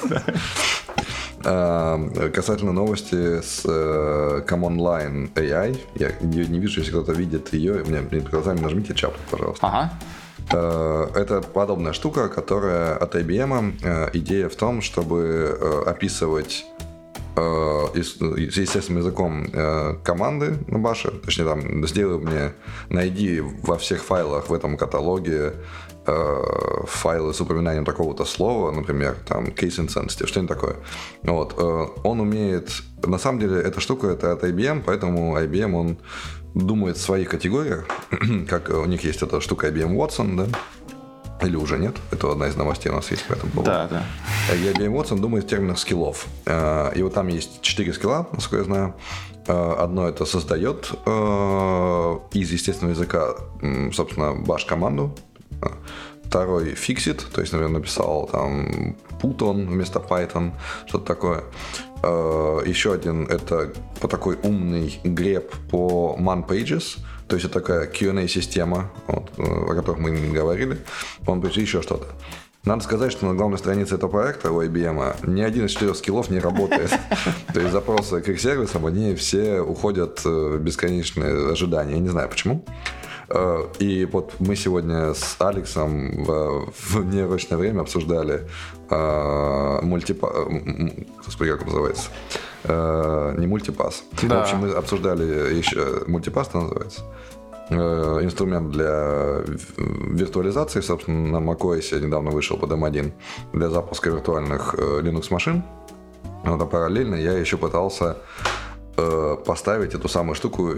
Касательно новости с Command Line AI, я ее не вижу, если кто-то видит ее, у меня перед глазами нажмите чапку, пожалуйста. Ага. Это подобная штука, которая от IBM. Идея в том, чтобы описывать естественным языком команды на баше. Точнее, там, сделай мне, найди во всех файлах в этом каталоге файлы с упоминанием такого-то слова, например, там, case insensitive, что-нибудь такое. Вот. Он умеет... На самом деле, эта штука, это от IBM, поэтому IBM, он думает в своих категориях, как у них есть эта штука IBM Watson, да? Или уже нет? Это одна из новостей у нас есть по этому поводу. Да. И IBM Watson думает в терминах скиллов. И вот там есть 4 скилла, насколько я знаю. Одно это создает из естественного языка, собственно, баш-команду. Второй fixit, то есть, например, написал там Python вместо Python, что-то такое. Еще один это по такой умный греб по man-pages, то есть это такая Q&A-система, вот, о которой мы говорили. Он пишет еще что-то. Надо сказать, что на главной странице этого проекта у IBM ни один из 4 скиллов не работает. То есть запросы к их сервисам, они все уходят в бесконечное ожидание. Я не знаю почему. И вот мы сегодня с Алексом в неурочное время обсуждали мультипас. Господи, как он называется? Не мультипас. Да. В общем, мы обсуждали еще мультипас, это называется. Инструмент для виртуализации, собственно, на macOS недавно вышел под M1 для запуска виртуальных Linux-машин. Вот, а параллельно я еще пытался поставить эту самую штуку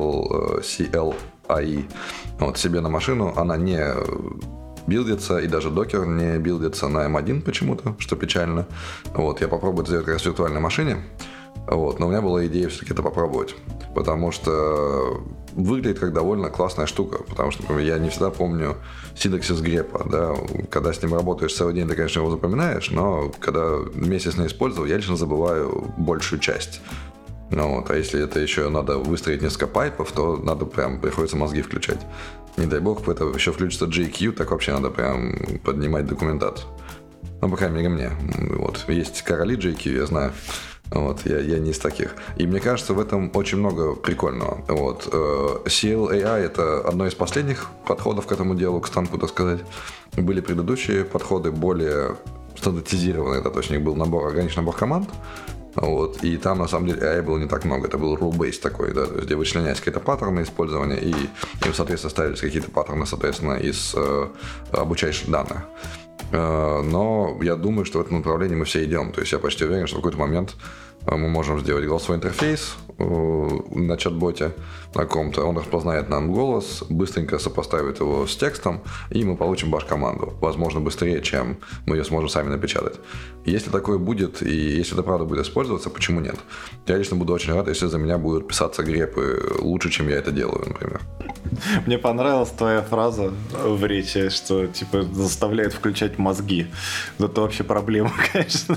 CLI вот, себе на машину. Она не билдится, и даже докер не билдится на M1 почему-то, что печально. Вот, я попробую это сделать как раз в виртуальной машине. Вот, но у меня была идея все-таки это попробовать, потому что выглядит как довольно классная штука, потому что, например, я не всегда помню синтаксис грепа, да, когда с ним работаешь целый день, ты, конечно, его запоминаешь, но когда месяц не использовал, я лично забываю большую часть. Ну, вот, а если это еще надо выстроить несколько пайпов, то надо прям, приходится мозги включать. Не дай бог, это еще включится JQ, так вообще надо прям поднимать документацию. Ну, по крайней мере, мне. Вот, есть короли JQ, я знаю. Вот, я не из таких. И мне кажется, в этом очень много прикольного. Вот. CLAI — это одно из последних подходов к этому делу, к станку, так сказать. Были предыдущие подходы более стандартизированные. Это точнее был ограниченный набор команд. Вот. И там, на самом деле, AI было не так много. Это был rule-based такой, да, то есть, где вычленялись какие-то паттерны использования, и им, соответственно, ставились какие-то паттерны, соответственно, из обучающих данных. Но я думаю, что в этом направлении мы все идем. То есть я почти уверен, что в какой-то момент мы можем сделать голосовой интерфейс на чат-боте на каком-то. Он распознает нам голос, быстренько сопоставит его с текстом, и мы получим баш-команду. Возможно, быстрее, чем мы ее сможем сами напечатать. Если такое будет, и если это правда будет использоваться, почему нет? Я лично буду очень рад, если за меня будут писаться грепы лучше, чем я это делаю, например. Мне понравилась твоя фраза в речи, что типа заставляет включать мозги. Это вообще проблема, конечно.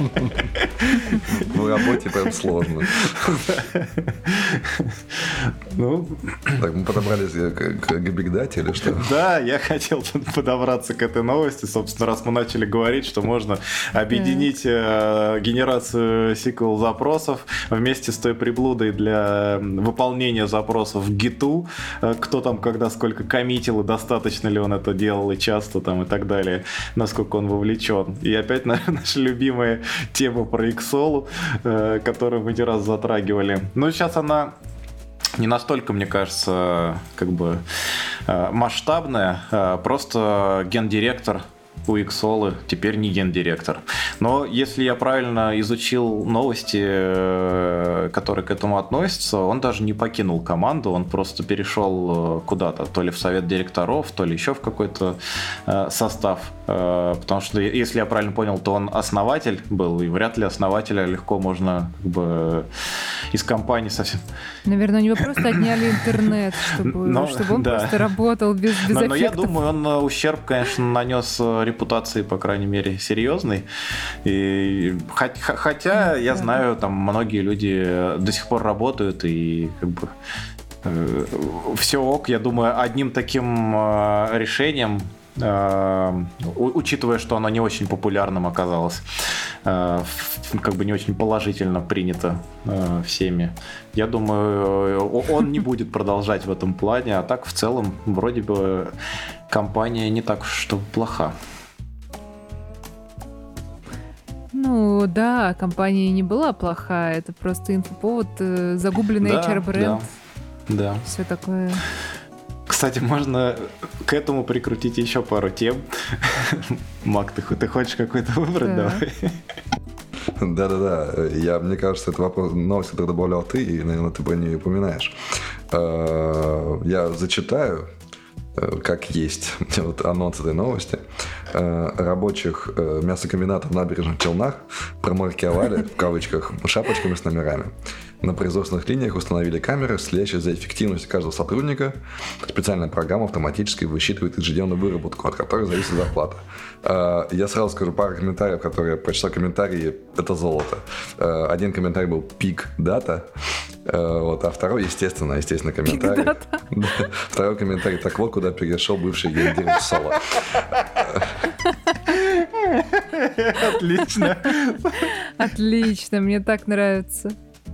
В работе прям сложно. Ну, Так, мы подобрались к бигдате или что? да, я хотел подобраться к этой новости, собственно, раз мы начали говорить, что можно объединить генерацию SQL-запросов вместе с той приблудой для выполнения запросов в гиту, кто там когда сколько коммитил, и достаточно ли он это делал, и часто там, и так далее, насколько он вовлечен. И опять наша любимая тема про XOL, которую мы не раз затрагивали. Но сейчас она не настолько, мне кажется, как бы масштабная, просто гендиректор у XOL теперь не гендиректор. Но если я правильно изучил новости, которые к этому относятся, он даже не покинул команду, он просто перешел куда-то, то ли в совет директоров, то ли еще в какой-то состав. Потому что, если я правильно понял, то он основатель был, и вряд ли основателя легко можно как бы из компании совсем... Наверное, у него просто отняли интернет, чтобы он просто работал без эффектов. Но я думаю, он ущерб, конечно, нанес репутации, по крайней мере, серьезный. И хотя я знаю, там многие люди до сих пор работают, и как бы все ок. Я думаю, одним таким решением, учитывая, что оно не очень популярным оказалось, как бы не очень положительно принято всеми, я думаю, он не будет продолжать в этом плане, а так в целом вроде бы компания не так уж что плоха. Ну да, компания не была плохая, это просто инфоповод, загубленный HR-бренд. Да. Все такое. Кстати, можно к этому прикрутить еще пару тем. Мак, ты хочешь какой-то выбрать? Да. Давай. Да-да-да. Мне кажется, это вопрос, новость, которую добавлял ты, и, наверное, ты про нее упоминаешь. Я зачитаю, как есть, вот анонс этой новости. Рабочих мясокомбината в Набережных Челнах промаркировали, в кавычках, шапочками с номерами. На производственных линиях установили камеры, следящие за эффективностью каждого сотрудника. Специальная программа автоматически высчитывает ежедневную выработку, от которой зависит зарплата. Я сразу скажу пару комментариев, которые я прочитал. Комментарии — это золото. Один комментарий был «Пик дата», а второй, естественно, комментарий. Второй комментарий: так вот, куда перешел бывший гендир Соло. Отлично. Отлично, мне так нравится.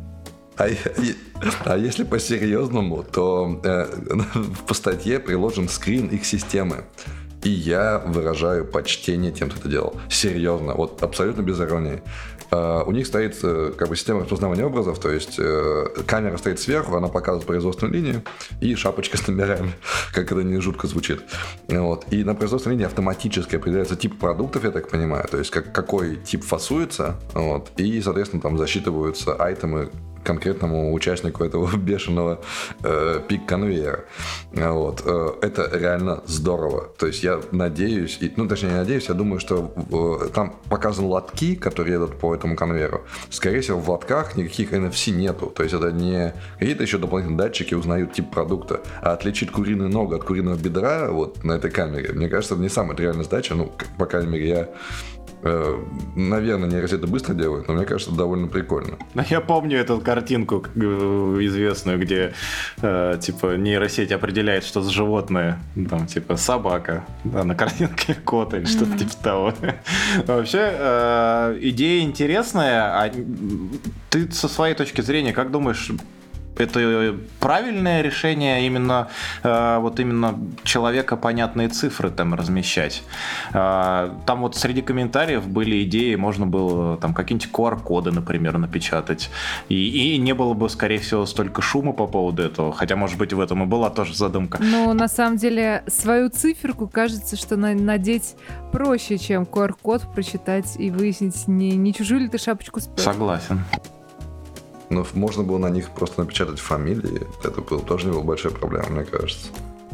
А если по-серьезному, то по статье приложен скрин их системы. И я выражаю почтение тем, кто это делал. Серьезно, вот абсолютно без иронии. У них стоит как бы система распознавания образов, то есть камера стоит сверху, она показывает производственную линию и шапочка с номерами, как это не жутко звучит. Вот. И на производственной линии автоматически определяется тип продуктов, я так понимаю, то есть какой тип фасуется, вот, и, соответственно, там засчитываются айтемы конкретному участнику этого бешеного пик-конвейера. Вот. Это реально здорово. То есть я надеюсь, точнее не надеюсь, я думаю, что там показаны лотки, которые едут по этому конвейеру. Скорее всего, в лотках никаких NFC нету. То есть это не какие-то еще дополнительные датчики узнают тип продукта, а отличить куриную ногу от куриного бедра вот на этой камере, мне кажется, это не самая реальная задача. По крайней мере, я... Наверное, нейросети быстро делают, но мне кажется, это довольно прикольно. Я помню эту картинку известную, где типа нейросеть определяет, что за животное, там типа собака, да, на картинке кот или что-то типа того. Вообще идея интересная. А ты со своей точки зрения как думаешь? Это правильное решение именно человека понятные цифры там размещать. Там вот среди комментариев были идеи, можно было там какие-нибудь QR-коды, например, напечатать. И не было бы, скорее всего, столько шума по поводу этого. Хотя, может быть, в этом и была тоже задумка. Но на самом деле свою циферку кажется, что надеть проще, чем QR-код прочитать и выяснить, не чужую ли ты шапочку спер. Согласен. Но можно было на них просто напечатать фамилии. Это тоже не была большая проблема, мне кажется.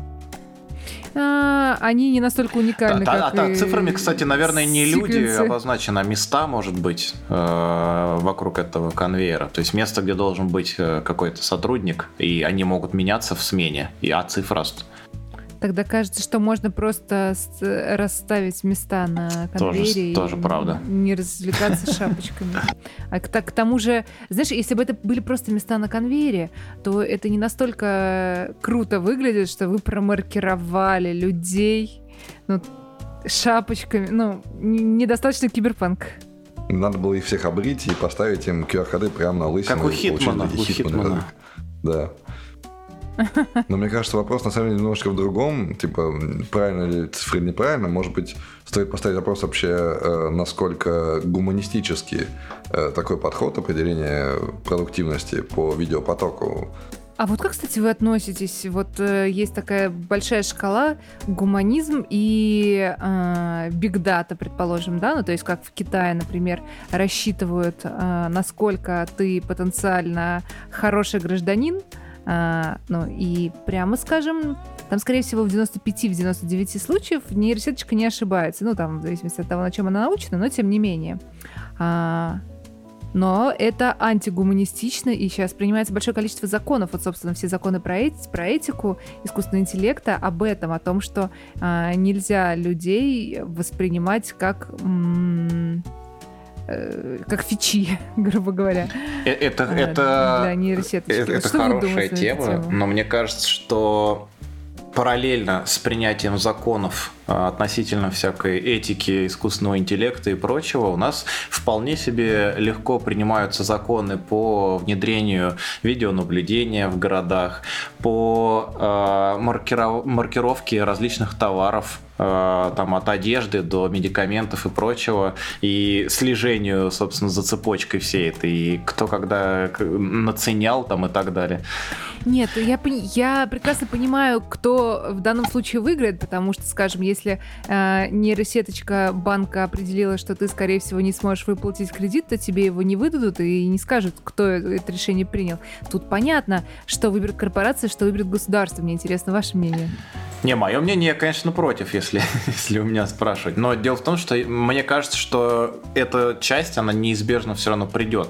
Они не настолько уникальны, как и цифрами, кстати, наверное, не люди секвенсы. обозначены, а места, может быть, вокруг этого конвейера. То есть место, где должен быть какой-то сотрудник, и они могут меняться в смене, а цифра... Тогда кажется, что можно просто расставить места на конвейере тоже и правда. Не развлекаться шапочками. А к тому же, знаешь, если бы это были просто места на конвейере, то это не настолько круто выглядит, что вы промаркировали людей шапочками. Недостаточно киберпанк. Надо было их всех обрить и поставить им QR-коды прямо на лысину. Как у Хитмана. Да. Но мне кажется, вопрос на самом деле немножко в другом. Типа, правильно ли цифры или неправильно. Может быть, стоит поставить вопрос вообще, насколько гуманистический такой подход определения продуктивности по видеопотоку. А вот как, кстати, вы относитесь? Вот есть такая большая шкала гуманизм и бигдата, предположим, да? То есть как в Китае, например, рассчитывают, насколько ты потенциально хороший гражданин. И прямо скажем, там, скорее всего, в 95-99 случаев нейросеточка не ошибается. В зависимости от того, на чем она научена, но тем не менее. Но это антигуманистично, и сейчас принимается большое количество законов. Вот, собственно, все законы про этику искусственного интеллекта об этом, о том, что нельзя людей воспринимать как фичи, грубо говоря. Это нейросеточки. Это хорошая тема, но мне кажется, что параллельно с принятием законов относительно всякой этики, искусственного интеллекта и прочего, у нас вполне себе легко принимаются законы по внедрению видеонаблюдения в городах, по маркировке различных товаров, от одежды до медикаментов и прочего, и слежению, собственно, за цепочкой всей этой, и кто когда наценял и так далее. Нет, я прекрасно понимаю, кто в данном случае выиграет, потому что, скажем, если нейросеточка банка определила, что ты, скорее всего, не сможешь выплатить кредит, то тебе его не выдадут и не скажут, кто это решение принял. Тут понятно, что выберет корпорация, что выберет государство. Мне интересно ваше мнение. Не, мое мнение, конечно, против, если у меня спрашивать. Но дело в том, что мне кажется, что эта часть, она неизбежно все равно придет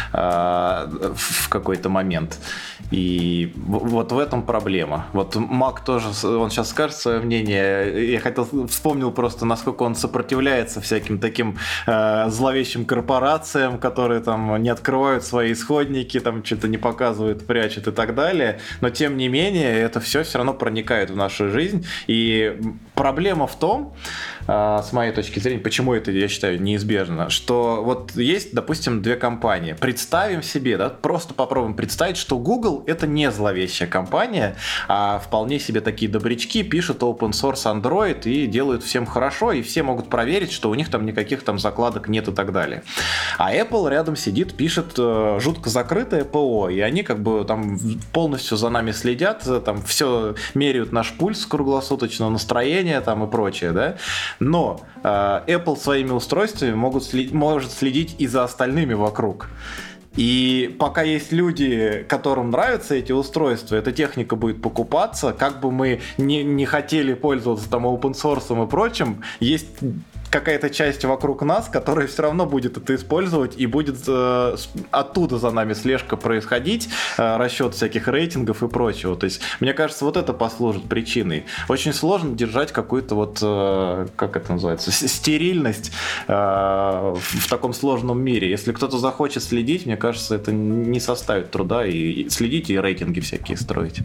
в какой-то момент. И вот в этом проблема. Вот Мак тоже, он сейчас скажет свое мнение. Я вспомнил просто, насколько он сопротивляется всяким таким зловещим корпорациям, которые не открывают свои исходники, что-то не показывают, прячут и так далее. Но тем не менее, это все равно проникает в нашу жизнь. И проблема в том, с моей точки зрения, почему это, я считаю, неизбежно, что вот есть, допустим, две компании. Представим себе, просто попробуем представить, что Google — это не зловещая компания, а вполне себе такие добрячки, пишут open source Android и делают всем хорошо, и все могут проверить, что у них никаких закладок нет и так далее. А Apple рядом сидит, пишет жутко закрытое ПО, и они полностью за нами следят, все меряют наш пульс круглосуточно, настроение и прочее, да? Но Apple своими устройствами может следить и за остальными вокруг. И пока есть люди, которым нравятся эти устройства, эта техника будет покупаться, как бы мы не хотели пользоваться open source и прочим, есть какая-то часть вокруг нас, которая все равно будет это использовать, и будет оттуда за нами слежка происходить, расчет всяких рейтингов и прочего. То есть, мне кажется, вот это послужит причиной. Очень сложно держать какую-то как это называется, стерильность в таком сложном мире. Если кто-то захочет следить, мне кажется, это не составит труда и следить, и рейтинги всякие строить.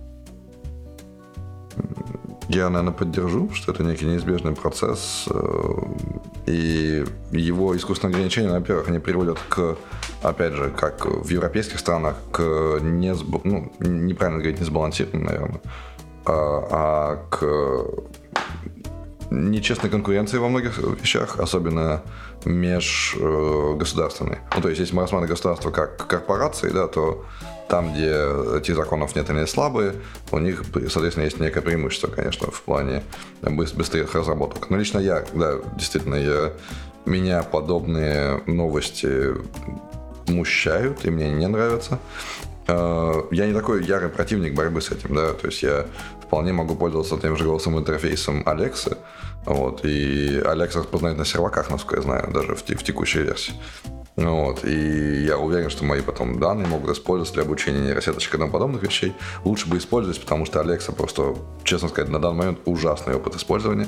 Я, наверное, поддержу, что это некий неизбежный процесс, и его искусственные ограничения, во-первых, они приводят к, опять же, как в европейских странах, к неправильно говорить несбалансированным, наверное, а к нечестной конкуренции во многих вещах, особенно межгосударственной. То есть, если мы рассматриваем государство как корпорации, то там, где этих законов нет, они слабые, у них, соответственно, есть некое преимущество, конечно, в плане быстрых разработок. Но лично действительно, меня подобные новости смущают, и мне не нравятся. Я не такой ярый противник борьбы с этим, то есть я вполне могу пользоваться тем же голосовым интерфейсом Alexa, и Alexa распознает на серваках, насколько я знаю, даже в текущей версии. Вот, и я уверен, что мои потом данные могут использоваться для обучения нейросеточек и тому подобных вещей. Лучше бы использовать, потому что Alexa просто, честно сказать, на данный момент ужасный опыт использования.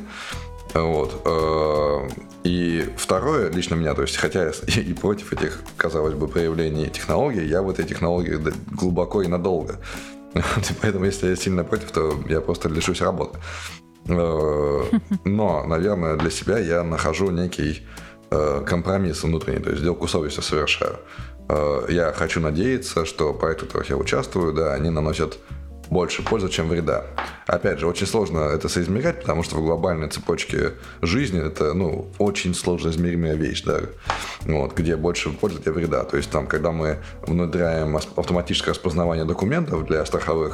Вот. И второе, лично меня, то есть, хотя я и против этих, казалось бы, проявлений технологий, я в этой технологии глубоко и надолго. И поэтому, если я сильно против, то я просто лишусь работы. Но, наверное, для себя я нахожу некий компромисс внутренний, то есть сделку совестью совершаю. Я хочу надеяться, что проекты, в которых я участвую, да, они наносят больше пользы, чем вреда. Опять же, очень сложно это соизмерять, потому что в глобальной цепочке жизни это, очень сложно измеримая вещь, да, вот, где больше пользы, где вреда. То есть там, когда мы внедряем автоматическое распознавание документов для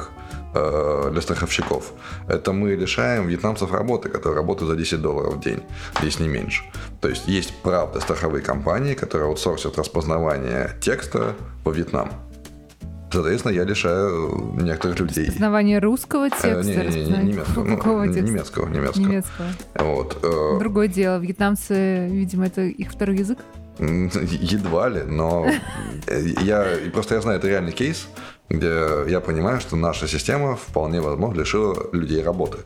страховщиков, это мы лишаем вьетнамцев работы, которые работают за $10 в день, если не меньше. То есть есть, правда, страховые компании, которые аутсорсят распознавание текста во Вьетнам. Соответственно, я лишаю некоторых людей. Распознавание русского текста? Немецкого. Вот. Другое дело. Вьетнамцы, видимо, это их второй язык? Едва ли, но я знаю, это реальный кейс, где я понимаю, что наша система вполне возможно лишила людей работы.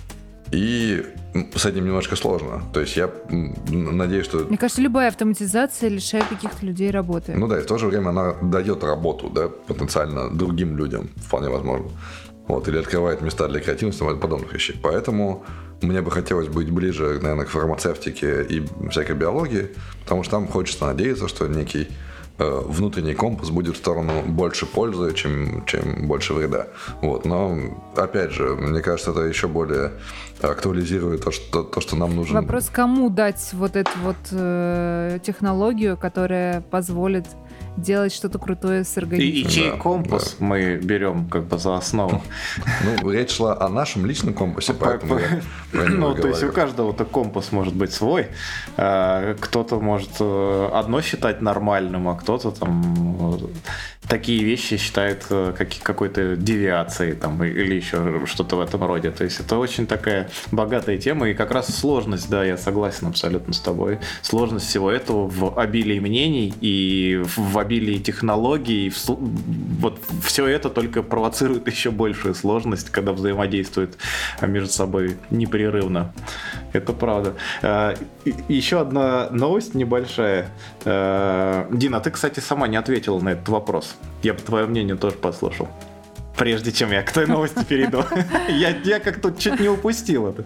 И с этим немножко сложно. То есть я надеюсь, что... Мне кажется, любая автоматизация лишает каких-то людей работы. И в то же время она дает работу, да, потенциально другим людям, вполне возможно. Вот, или открывает места для креативности и подобных вещей. Поэтому мне бы хотелось быть ближе, наверное, к фармацевтике и всякой биологии, потому что там хочется надеяться, что некий внутренний компас будет в сторону больше пользы, чем больше вреда. Вот. Но, опять же, мне кажется, это еще более актуализирует то, что нам нужно. Вопрос, кому дать вот эту вот технологию, которая позволит делать что-то крутое с организмом. И чей компас мы берем как бы за основу? Речь шла о нашем личном компасе, поэтому то есть у каждого-то компас может быть свой. Кто-то может одно считать нормальным, а кто-то там такие вещи считает какой-то девиацией там, или еще что-то в этом роде. То есть это очень такая богатая тема, и как раз сложность, да, я согласен абсолютно с тобой, сложность всего этого в обилии мнений и в обилии технологий, вот все это только провоцирует еще большую сложность, когда взаимодействуют между собой непрерывно. Это правда. Еще одна новость небольшая. Дина, ты, кстати, сама не ответила на этот вопрос. Я бы твое мнение тоже послушал. Прежде чем я к той новости перейду. Я как-то чуть не упустил это.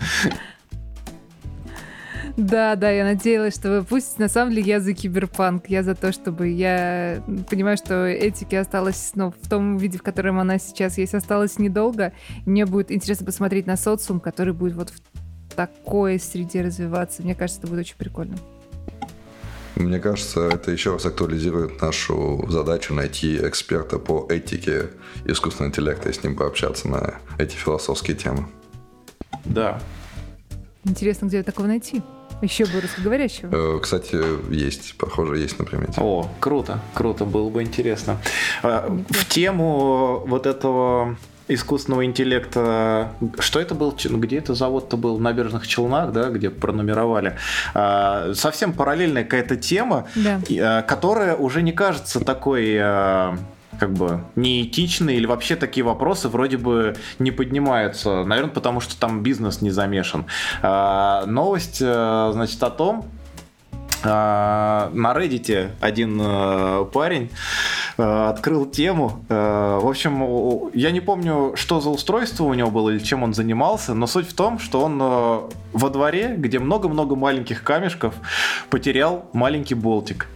Да, я надеялась, что вы пустите. На самом деле я за киберпанк. Я за то, чтобы... Я понимаю, что этики осталось, в том виде, в котором она сейчас есть, осталось недолго. Мне будет интересно посмотреть на социум, который будет вот в такой среде развиваться. Мне кажется, это будет очень прикольно. Мне кажется, это еще раз актуализирует нашу задачу найти эксперта по этике искусственного интеллекта и с ним пообщаться на эти философские темы. Да. Интересно, где такого найти? Еще бы русскоговорящего. Кстати, похоже, есть на примете. О, круто, было бы интересно. В тему вот этого искусственного интеллекта, что это был, где это завод-то был, в Набережных Челнах, да, где пронумеровали, совсем параллельная какая-то тема, да, которая уже не кажется такой... как бы неэтичные или вообще такие вопросы вроде бы не поднимаются. Наверное, потому что там бизнес не замешан. Новость, значит, о том, на Reddit один парень открыл тему. В общем, я не помню, что за устройство у него было или чем он занимался, но суть в том, что он во дворе, где много-много маленьких камешков, потерял маленький болтик.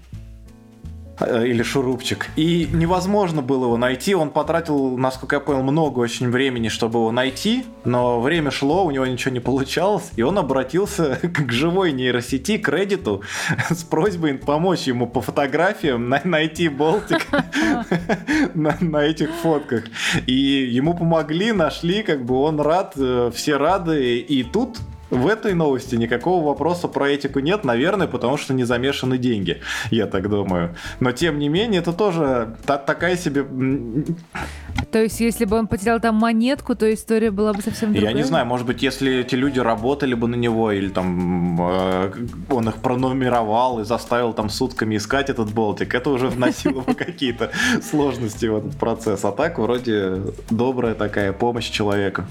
Или шурупчик. И невозможно было его найти. Он потратил, насколько я понял, много очень времени, чтобы его найти, но время шло, у него ничего не получалось, и он обратился к живой нейросети, к Reddit, с просьбой помочь ему по фотографиям найти болтик на этих фотках. И ему помогли, нашли, как бы он рад, все рады. И тут в этой новости никакого вопроса про этику нет, наверное, потому что не замешаны деньги, я так думаю. Но тем не менее, это тоже такая себе... То есть, если бы он потерял там монетку, то история была бы совсем другая? Я не знаю, может быть, если эти люди работали бы на него, или там он их пронумеровал и заставил там сутками искать этот болтик, это уже вносило бы какие-то сложности в этот процесс. А так, вроде, добрая такая помощь человеку.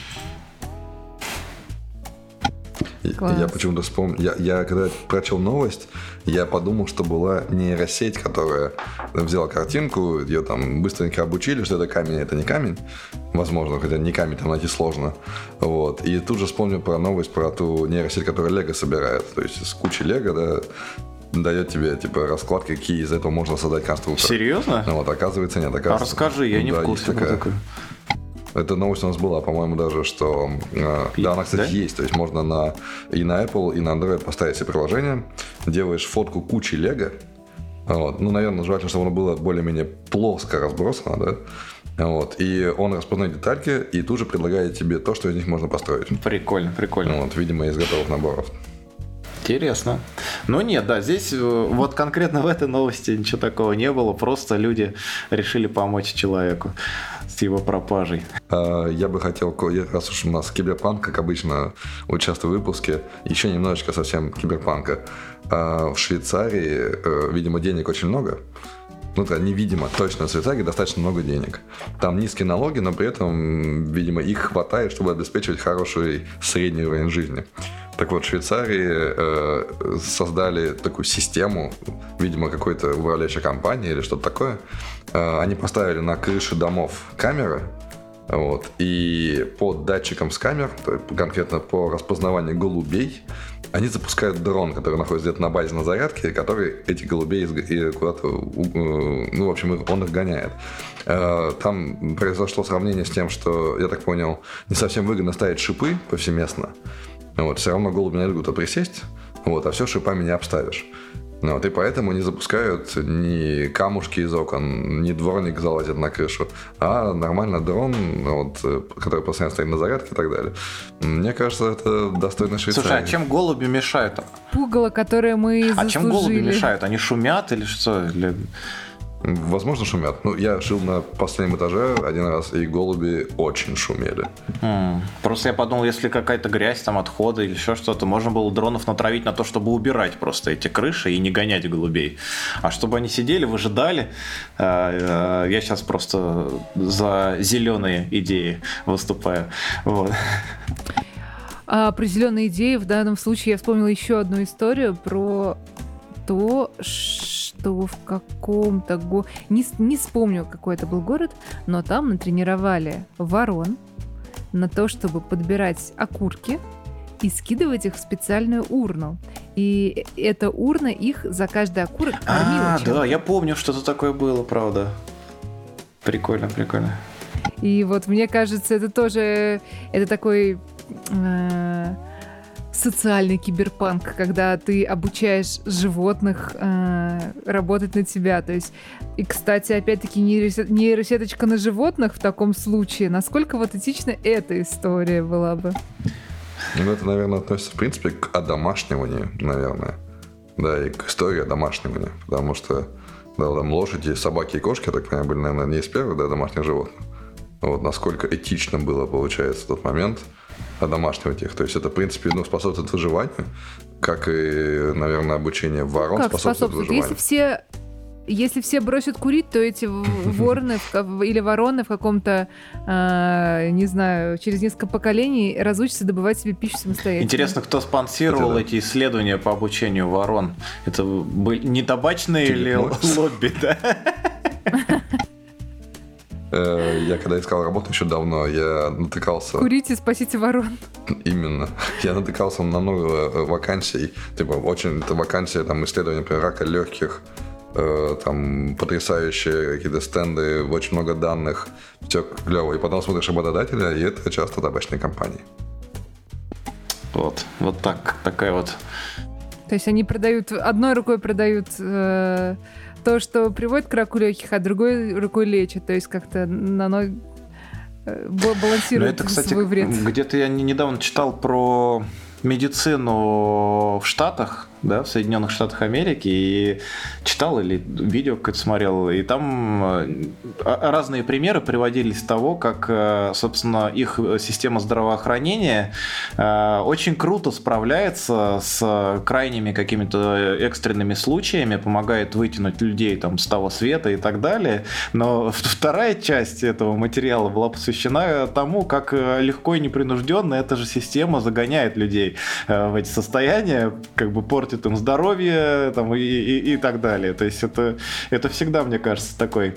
Я почему-то вспомнил, я когда прочел новость, я подумал, что была нейросеть, которая взяла картинку, ее там быстренько обучили, что это камень, а это не камень, возможно, хотя не камень там найти сложно, вот, и тут же вспомнил про новость про ту нейросеть, которая Лего собирает, то есть с кучей Лего, да, дает тебе, типа, расклад, какие из этого можно создать конструкторы. Серьезно? Ну вот, оказывается, нет, оказывается. А расскажи, я не в курсе. Эта новость у нас была, по-моему, даже, что... Да, она, кстати, есть. То есть можно и на Apple, и на Android поставить себе приложение. Делаешь фотку кучи Лего. Вот. Ну, наверное, желательно, чтобы оно было более-менее плоско разбросано, да? Вот. И он распознает детальки и тут же предлагает тебе то, что из них можно построить. Прикольно, прикольно. Вот, видимо, из готовых наборов. Интересно. Ну нет, да, здесь вот конкретно в этой новости ничего такого не было, просто люди решили помочь человеку с его пропажей. Я бы хотел, раз уж у нас киберпанк, как обычно, участвую в выпуске, еще немножечко совсем киберпанка. В Швейцарии, видимо, денег очень много. Ну да, невидимо, точно в Швейцарии достаточно много денег. Там низкие налоги, но при этом, видимо, их хватает, чтобы обеспечивать хороший средний уровень жизни. Так вот, в Швейцарии создали такую систему, видимо, какой-то управляющая компания или что-то такое. Они поставили на крыши домов камеры, вот, и по датчикам с камер, конкретно по распознаванию голубей, они запускают дрон, который находится где-то на базе на зарядке, который эти голубей куда-то, ну, в общем, он их гоняет. Там произошло сравнение с тем, что, я так понял, не совсем выгодно ставить шипы повсеместно. Вот, все равно голуби не могут присесть, вот, а все шипами не обставишь. Вот, и поэтому не запускают ни камушки из окон, ни дворник залазит на крышу, а нормально дрон, вот, который постоянно стоит на зарядке и так далее. Мне кажется, это достойно Швейцарии. Слушай, а чем голуби мешают? Пугало, которое мы заслужили. А чем голуби мешают? Они шумят или что? Или... Возможно, шумят. Ну, я жил на последнем этаже один раз, и голуби очень шумели. Просто я подумал, если какая-то грязь, там, отходы или еще что-то, можно было дронов натравить на то, чтобы убирать просто эти крыши и не гонять голубей. А чтобы они сидели, выжидали, я сейчас просто за зеленые идеи выступаю. Вот. А про зеленые идеи в данном случае я вспомнила еще одну историю про то, что в каком-то не вспомню, какой это был город, но там натренировали ворон на то, чтобы подбирать окурки и скидывать их в специальную урну. И эта урна их за каждый окурок кормила. Да, я помню, что-то такое было, правда. Прикольно, прикольно. И вот мне кажется, это тоже это такой социальный киберпанк, когда ты обучаешь животных работать на тебя. То есть, и, кстати, опять-таки нейросеточка на животных в таком случае. Насколько вот этична эта история была бы? Ну, это, наверное, относится, в принципе, к одомашниванию, наверное. Да, и к истории одомашнивания. Потому что да, там лошади, собаки и кошки, я так понимаю, были, наверное, не из первых домашних животных. Вот насколько этично было, получается, в тот момент одомашнивать их. То есть это, в принципе, способствует выживанию, как и, наверное, обучение ворон способствует выживанию. Если все бросят курить, то эти вороны или вороны в каком-то, не знаю, через несколько поколений разучатся добывать себе пищу самостоятельно. Интересно, кто спонсировал эти исследования по обучению ворон? Это были не табачные или лобби, да? Я когда искал работу еще давно, я натыкался... Курите, спасите ворон. Именно. Я натыкался на много вакансий. Типа, очень вакансия, там, исследования, например, рака легких, там, потрясающие какие-то стенды, очень много данных, все клево. И потом смотришь работодателя, и это часто табачные компании. Вот такая вот... То есть они продают, одной рукой продают... то, что приводит к раку легких, а другой рукой лечит. То есть как-то балансирует это, кстати, свой вред. Где-то я недавно читал про медицину в Штатах, да, в Соединенных Штатах Америки, и читал или видео какое-то смотрел, и там разные примеры приводились того, как, собственно, их система здравоохранения очень круто справляется с крайними какими-то экстренными случаями, помогает вытянуть людей там с того света и так далее. Но вторая часть этого материала была посвящена тому, как легко и непринужденно эта же система загоняет людей в эти состояния, как бы портит им здоровье там, и так далее. То есть это всегда, мне кажется, такой...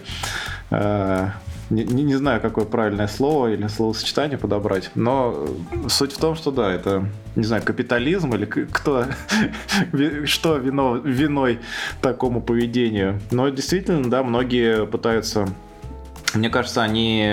Не знаю, какое правильное слово или словосочетание подобрать, но суть в том, что да, это, не знаю, капитализм или кто, что виной такому поведению. Но действительно, да, многие пытаются... Мне кажется, они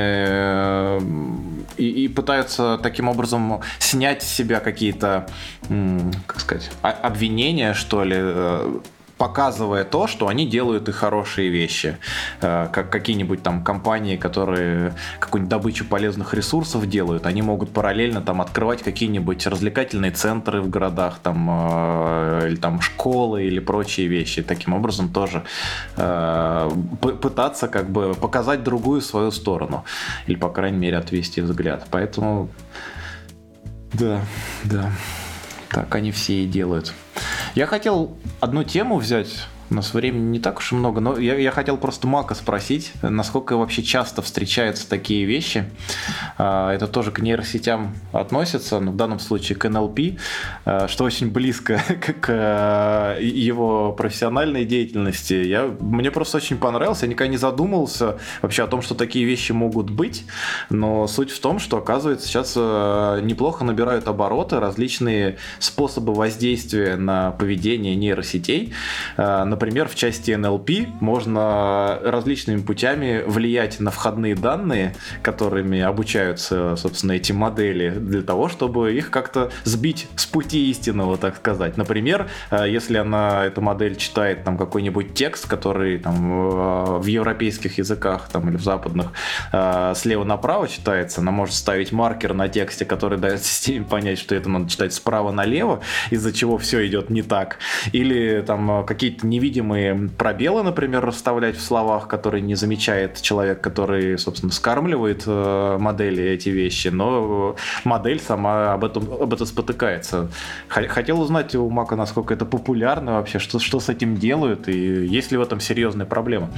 и пытаются таким образом снять с себя какие-то, как сказать, обвинения, что ли, показывая то, что они делают и хорошие вещи. Как какие-нибудь там компании, которые какую-нибудь добычу полезных ресурсов делают, они могут параллельно там открывать какие-нибудь развлекательные центры в городах, там, или там школы или прочие вещи. Таким образом тоже пытаться как бы показать другую свою сторону. Или, по крайней мере, отвести взгляд. Поэтому да. Так они все и делают. Я хотел одну тему взять. У нас времени не так уж и много, но я хотел просто Мака спросить, насколько вообще часто встречаются такие вещи. Это тоже к нейросетям относится, но в данном случае к НЛП, что очень близко к его профессиональной деятельности. Мне просто очень понравилось, я никогда не задумывался вообще о том, что такие вещи могут быть, но суть в том, что, оказывается, сейчас неплохо набирают обороты различные способы воздействия на поведение нейросетей. Например, в части НЛП можно различными путями влиять на входные данные, которыми обучаются, собственно, эти модели, для того, чтобы их как-то сбить с пути истинного, так сказать. Например, если эта модель читает там какой-нибудь текст, который там в европейских языках там, или в западных слева направо читается, она может ставить маркер на тексте, который дает системе понять, что это надо читать справа налево, из-за чего все идет не так. Или там какие-то невидимые пробелы, например, расставлять в словах, которые не замечает человек, который, собственно, скармливает модели эти вещи, но модель сама об этом спотыкается. Хотел узнать у Мака, насколько это популярно вообще, что с этим делают, и есть ли в этом серьезная проблема.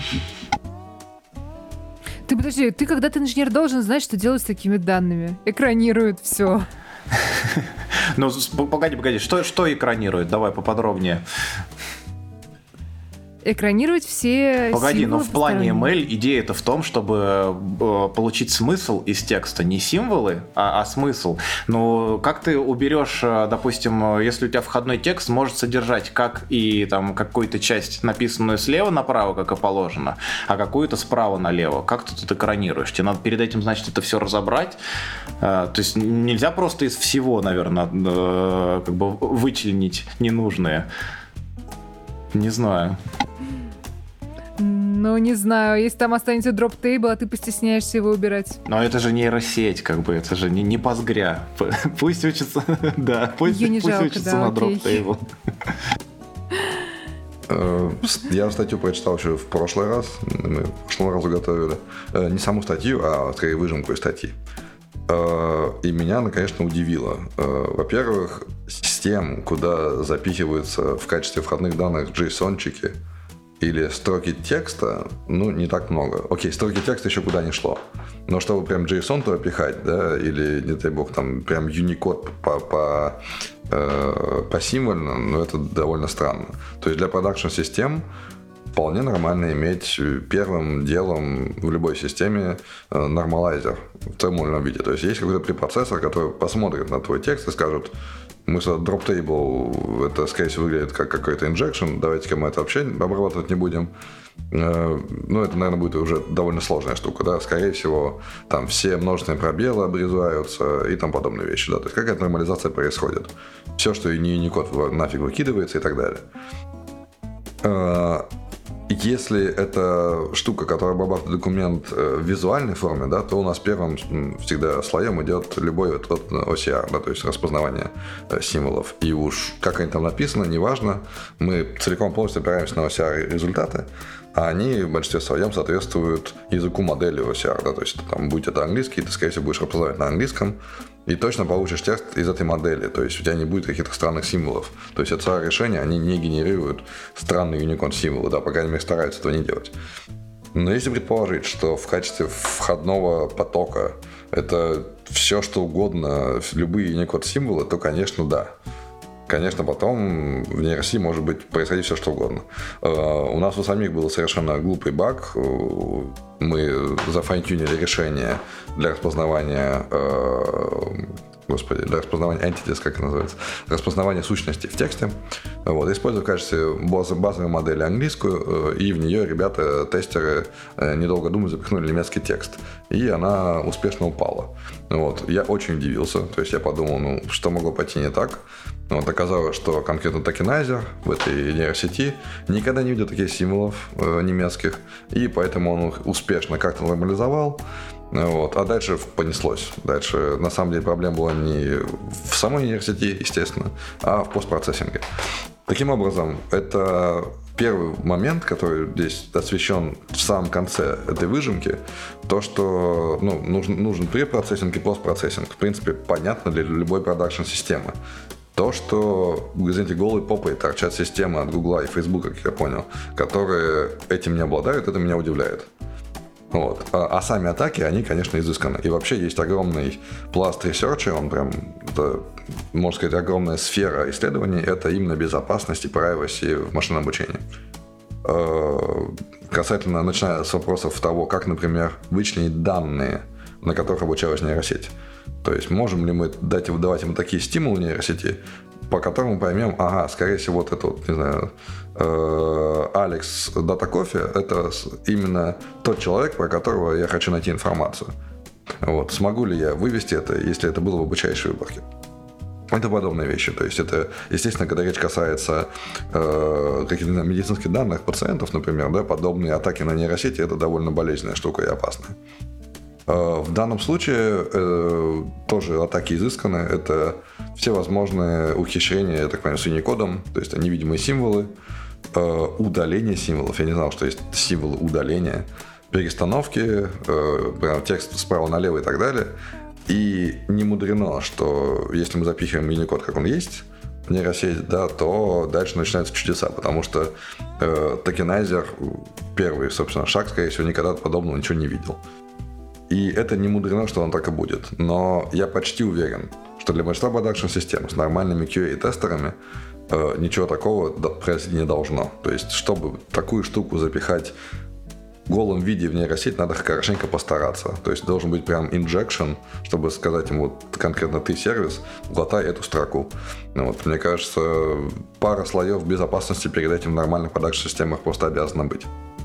Подожди, ты когда ты инженер должен знать, что делать с такими данными. Экранируют все. Ну, погоди, что экранирует? Давай поподробнее. Экранировать все Погоди, но символы в плане посторонние. ML идея это в том, чтобы получить смысл из текста. Не символы, а смысл. Но как ты уберешь, допустим, если у тебя входной текст может содержать как и там какую-то часть, написанную слева направо, как и положено, а какую-то справа налево. Как ты тут экранируешь? Тебе надо перед этим, значит, это все разобрать. То есть нельзя просто из всего, наверное, как бы вычленить ненужное. Не знаю. Ну, не знаю, если там останется дроп-тейбл, а ты постесняешься его убирать. Но это же нейросеть, как бы, это же не Postgre. Пусть учится, да, пусть жалко, учится да, на окей. дроп-тейбл. Я статью прочитал еще в прошлый раз, мы в прошлом разу готовили. Не саму статью, а скорее выжимку из статьи. И меня она, конечно, удивила. Во-первых, систем, куда запихиваются в качестве входных данных JSON-чики или строки текста, ну, не так много. Окей, строки текста еще куда ни шло. Но чтобы прям JSON туда пихать, да, или, не дай бог, там прям Unicode посимвольно, ну, это довольно странно. То есть для продакшн-систем вполне нормально иметь первым делом в любой системе нормалайзер в терминальном виде. То есть есть какой-то препроцессор, который посмотрит на твой текст и скажет: мы сюда drop table, это, скорее всего, выглядит как какой-то injection, давайте-ка мы это вообще обрабатывать не будем. Ну, это, наверное, будет уже довольно сложная штука, да, скорее всего, там все множественные пробелы обрезаются и там подобные вещи, да, то есть какая-то нормализация происходит. Все, что и не код нафиг выкидывается и так далее. Если это штука, которая обрабатывает документ в визуальной форме, да, то у нас первым всегда слоем идет любой вот OCR, да, то есть распознавание символов. И уж как они там написаны, неважно, мы целиком полностью опираемся на OCR результаты, а они в большинстве своем соответствуют языку модели OCR, да, то есть там, будь это английский, ты, скорее всего, будешь распознавать на английском, и точно получишь текст из этой модели, то есть у тебя не будет каких-то странных символов. То есть это решения, они не генерируют странные Unicode-символы, да, по крайней мере, стараются этого не делать. Но если предположить, что в качестве входного потока это все, что угодно, любые Unicode-символы, то, конечно, да. Конечно, потом в нейросети может быть происходить все, что угодно. У нас у самих был совершенно глупый баг. Мы зафайнтюнили решение для распознавания для распознавания entities, как это называется, распознавания сущностей в тексте. Вот, используя в качестве базовой модели английскую, и в нее ребята, тестеры, недолго думая, запихнули немецкий текст. И она успешно упала. Вот, я очень удивился, то есть я подумал, что могло пойти не так. Вот, оказалось, что конкретно токенайзер в этой нейросети никогда не видел таких символов немецких, и поэтому он их успешно как-то нормализовал. Вот. А дальше понеслось. Дальше, на самом деле, проблема была не в самой нейросети, естественно, а в постпроцессинге. Таким образом, это первый момент, который здесь освещен в самом конце этой выжимки, то, что нужен препроцессинг и постпроцессинг. В принципе, понятно для любой продакшн-системы. То, что, извините, голой попой торчат системы от Гугла и Фейсбука, как я понял, которые этим не обладают, это меня удивляет. Вот. А сами атаки, они, конечно, изысканы. И вообще есть огромный пласт ресерча, он прям, это, можно сказать, огромная сфера исследований, это именно безопасность и privacy в машинном обучении. Касательно, начиная с вопросов того, как, например, вычленить данные, на которых обучалась нейросеть. То есть можем ли мы выдавать ему такие стимулы нейросети, по которым мы поймем, скорее всего, вот это вот, не знаю, Алекс Дата Кофе, это именно тот человек, про которого я хочу найти информацию. Вот. Смогу ли я вывести это, если это было в обучающей выборке? Это подобные вещи. То есть это, естественно, когда речь касается каких-то медицинских данных пациентов, например, да, подобные атаки на нейросети, это довольно болезненная штука и опасная. В данном случае тоже атаки изысканы. Это все возможные ухищрения, я так понимаю, с Unicode, то есть невидимые символы, удаление символов. Я не знал, что есть символы удаления, перестановки, прям текст справа налево и так далее. И не мудрено, что если мы запихиваем Unicode, как он есть, в нейросеть, да, то дальше начинаются чудеса, потому что токенайзер, первый, собственно, шаг, скорее всего, никогда подобного ничего не видел. И это не мудрено, что он так и будет. Но я почти уверен, что для большинства продакшн-систем с нормальными QA-тестерами ничего такого произойти не должно. То есть, чтобы такую штуку запихать в голом виде в нейросеть, надо хорошенько постараться. То есть, должен быть прям injection, чтобы сказать ему, вот конкретно ты сервис, глотай эту строку. Вот, мне кажется, пара слоев безопасности перед этим в нормальных продакшн-системах просто обязана быть.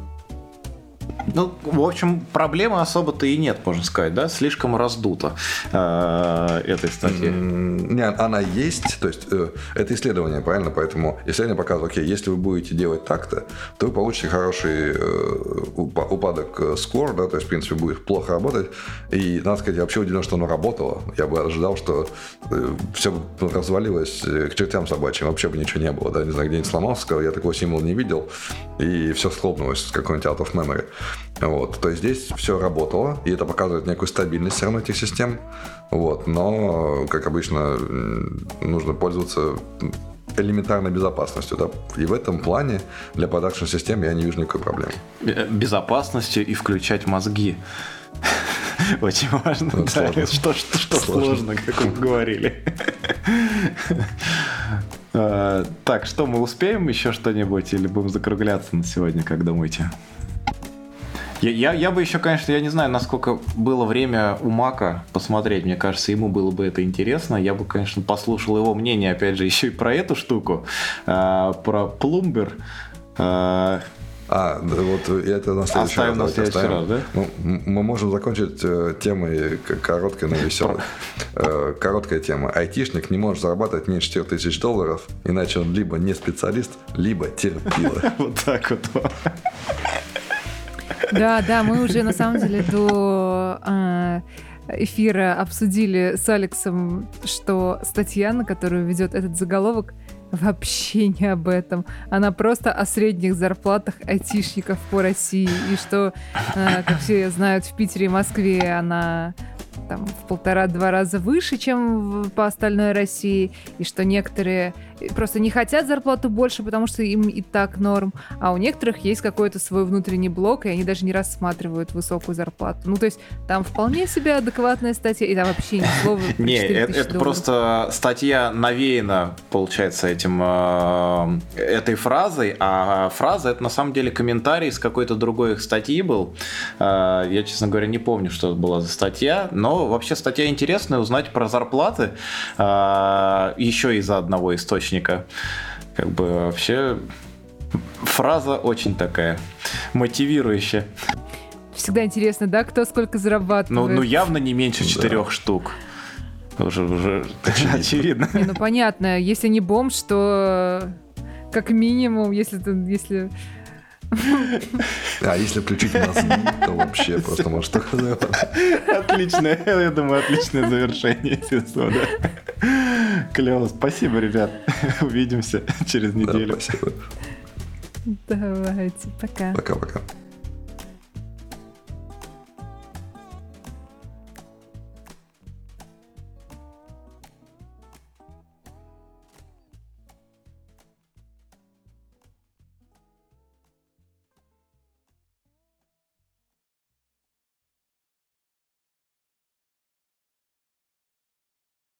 В общем, проблемы особо-то и нет, можно сказать, да? Слишком раздуто этой статьи. Нет, она есть, то есть это исследование, правильно? Поэтому исследование показывает, окей, если вы будете делать так-то, то вы получите хороший упадок score, да, то есть, в принципе, будет плохо работать. И, надо сказать, я вообще удивлен, что оно работало. Я бы ожидал, что все развалилось к чертям собачьим, вообще бы ничего не было, да, не знаю, где-нибудь сломался, сказал, я такого символа не видел, и все схлопнулось с какой-нибудь out of memory. Вот, то есть здесь все работало, и это показывает некую стабильность все равно этих систем. Вот, но, как обычно, нужно пользоваться элементарной безопасностью. Да? И в этом плане для продакшн-систем я не вижу никакой проблемы. Безопасностью и включать мозги. Очень важно. Что сложно, как вы говорили. Так, что, мы успеем еще что-нибудь или будем закругляться на сегодня, как думаете? Я бы еще, конечно, я не знаю, насколько было время у Мака посмотреть. Мне кажется, ему было бы это интересно. Я бы, конечно, послушал его мнение, опять же, еще и про эту штуку, про Plumber. Да, вот это на следующий Оставим раз. на следующий раз, да? Ну, мы можем закончить темой короткой, но веселой. Короткая тема. Айтишник не может зарабатывать меньше $4000, иначе он либо не специалист, либо терпила. Вот так вот. Да, мы уже на самом деле до эфира обсудили с Алексом, что статья, на которую ведет этот заголовок, вообще не об этом. Она просто о средних зарплатах айтишников по России. И что, как все знают, в Питере и Москве она там в 1,5-2 раза выше, чем по остальной России, и что некоторые просто не хотят зарплату больше, потому что им и так норм, а у некоторых есть какой-то свой внутренний блок, и они даже не рассматривают высокую зарплату. Ну, то есть там вполне себе адекватная статья, и там вообще ни слова про Не, $4000. это просто статья навеяна, получается, этой фразой, а фраза — это на самом деле комментарий с какой-то другой их статьи был. Я, честно говоря, не помню, что это была за статья, но вообще статья интересная, узнать про зарплаты еще из-за одного источника. Как бы вообще фраза очень такая мотивирующая. Всегда интересно, да, кто сколько зарабатывает. Ну явно не меньше 4 штук. Уже очевидно. Не, ну понятно, если не бомж, то как минимум, если... А если включить мозги, то вообще просто может только... Отличное, я думаю, отличное завершение сезона. Клево, спасибо, ребят. Увидимся через неделю. Да, спасибо. Давайте, пока. Пока-пока.